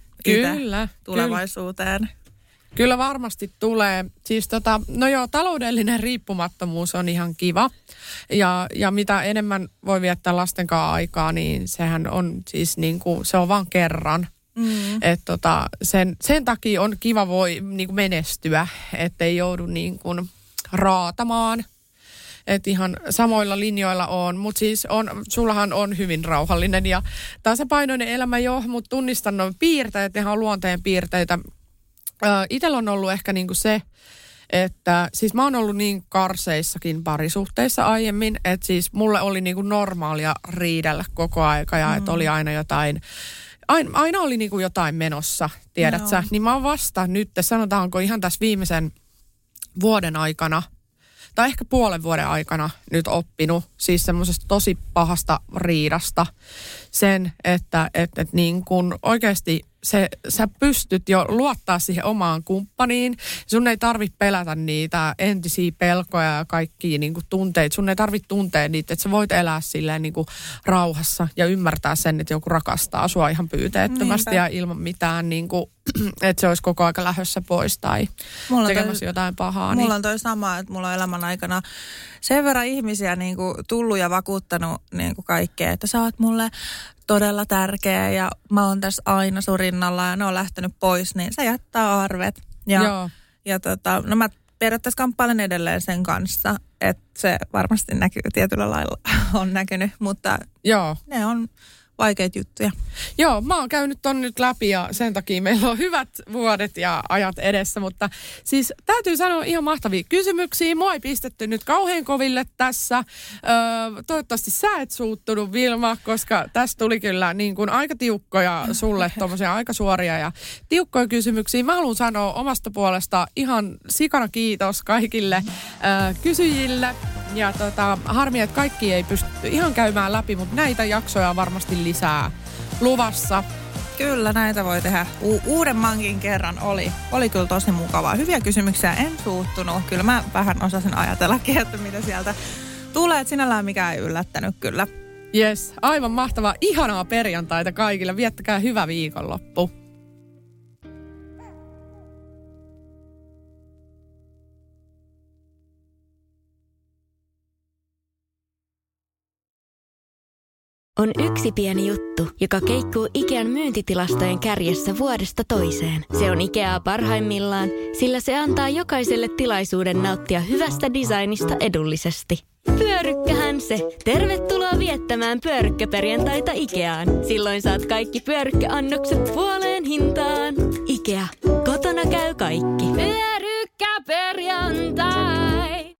kyllä, tulevaisuuteen. Kyllä. Kyllä varmasti tulee. Siis tota, no joo, taloudellinen riippumattomuus on ihan kiva. Ja, ja mitä enemmän voi viettää lasten kanssa aikaa, niin sehän on siis niin kuin, se on vaan kerran. Mm. Että tota, sen, sen takia on kiva voi niin kuin menestyä, ettei joudu niin kuin raatamaan. Että ihan samoilla linjoilla on, mutta siis on, sullahan on hyvin rauhallinen ja tasapainoinen elämä jo, mutta tunnistan noin piirteet, ihan luonteen piirteitä. Itsellä on ollut ehkä niinku se, että siis mä oon ollut niin karseissakin parisuhteissa aiemmin, että siis mulle oli niinku normaalia riidellä koko aika ja mm. että oli aina jotain, aina, aina oli niinku jotain menossa, tiedät no. sä. Niin mä oon vasta nyt, sanotaanko ihan tässä viimeisen vuoden aikana, tai ehkä puolen vuoden aikana nyt oppinut siis semmoisesta tosi pahasta riidasta sen, että et, et niin kun oikeasti se, sä pystyt jo luottaa siihen omaan kumppaniin. Sun ei tarvitse pelätä niitä entisiä pelkoja ja kaikkia niin kuin tunteita. Sun ei tarvitse tuntea niitä, että sä voit elää silleen niin kuin rauhassa ja ymmärtää sen, että joku rakastaa sua ihan pyyteettömästi Niinpä. Ja ilman mitään, niin kuin, että se olisi koko aika lähdössä pois tai mulla tekemässä toi, jotain pahaa. Mulla niin. on toi sama, että mulla on elämän aikana sen verran ihmisiä niin kuin tullut ja vakuuttanut niin kuin kaikkea, että sä oot mulle todella tärkeä ja mä oon tässä aina sun rinnalla ja ne on lähtenyt pois, niin se jättää arvet. Ja, Joo. ja tota, no mä periaatteessa kamppailen edelleen sen kanssa, että se varmasti näkyy tietyllä lailla, on näkynyt, mutta Joo. ne on vaikeita juttuja. Joo, mä oon käynyt ton nyt läpi ja sen takia meillä on hyvät vuodet ja ajat edessä, mutta siis täytyy sanoa ihan mahtavia kysymyksiä. Mua ei pistetty nyt kauhean koville tässä. Öö, toivottavasti sä et suuttunut, Vilma, koska tässä tuli kyllä niin kuin aika tiukkoja sulle, tommosia aika suoria ja tiukkoja kysymyksiä. Mä haluan sanoa omasta puolesta ihan sikana kiitos kaikille öö, kysyjille. Ja tota, harmi, että kaikki ei pystytty ihan käymään läpi, mutta näitä jaksoja on varmasti lisää luvassa. Kyllä, näitä voi tehdä U- uudemmankin kerran. Oli, oli kyllä tosi mukavaa. Hyviä kysymyksiä, en suuttunut. Kyllä mä vähän osasin ajatellakin, että mitä sieltä tulee. Että sinällään mikään ei yllättänyt kyllä. Jes, aivan mahtavaa. Ihanaa perjantaita kaikille. Viettäkää hyvä viikonloppu. On yksi pieni juttu, joka keikkuu Ikean myyntitilastojen kärjessä vuodesta toiseen. Se on Ikeaa parhaimmillaan, sillä se antaa jokaiselle tilaisuuden nauttia hyvästä designista edullisesti. Pyörykkähän se! Tervetuloa viettämään pyörykkäperjantaita Ikeaan. Silloin saat kaikki pyörykkäannokset puoleen hintaan. Ikea. Kotona käy kaikki. Pyörykkäperjantai!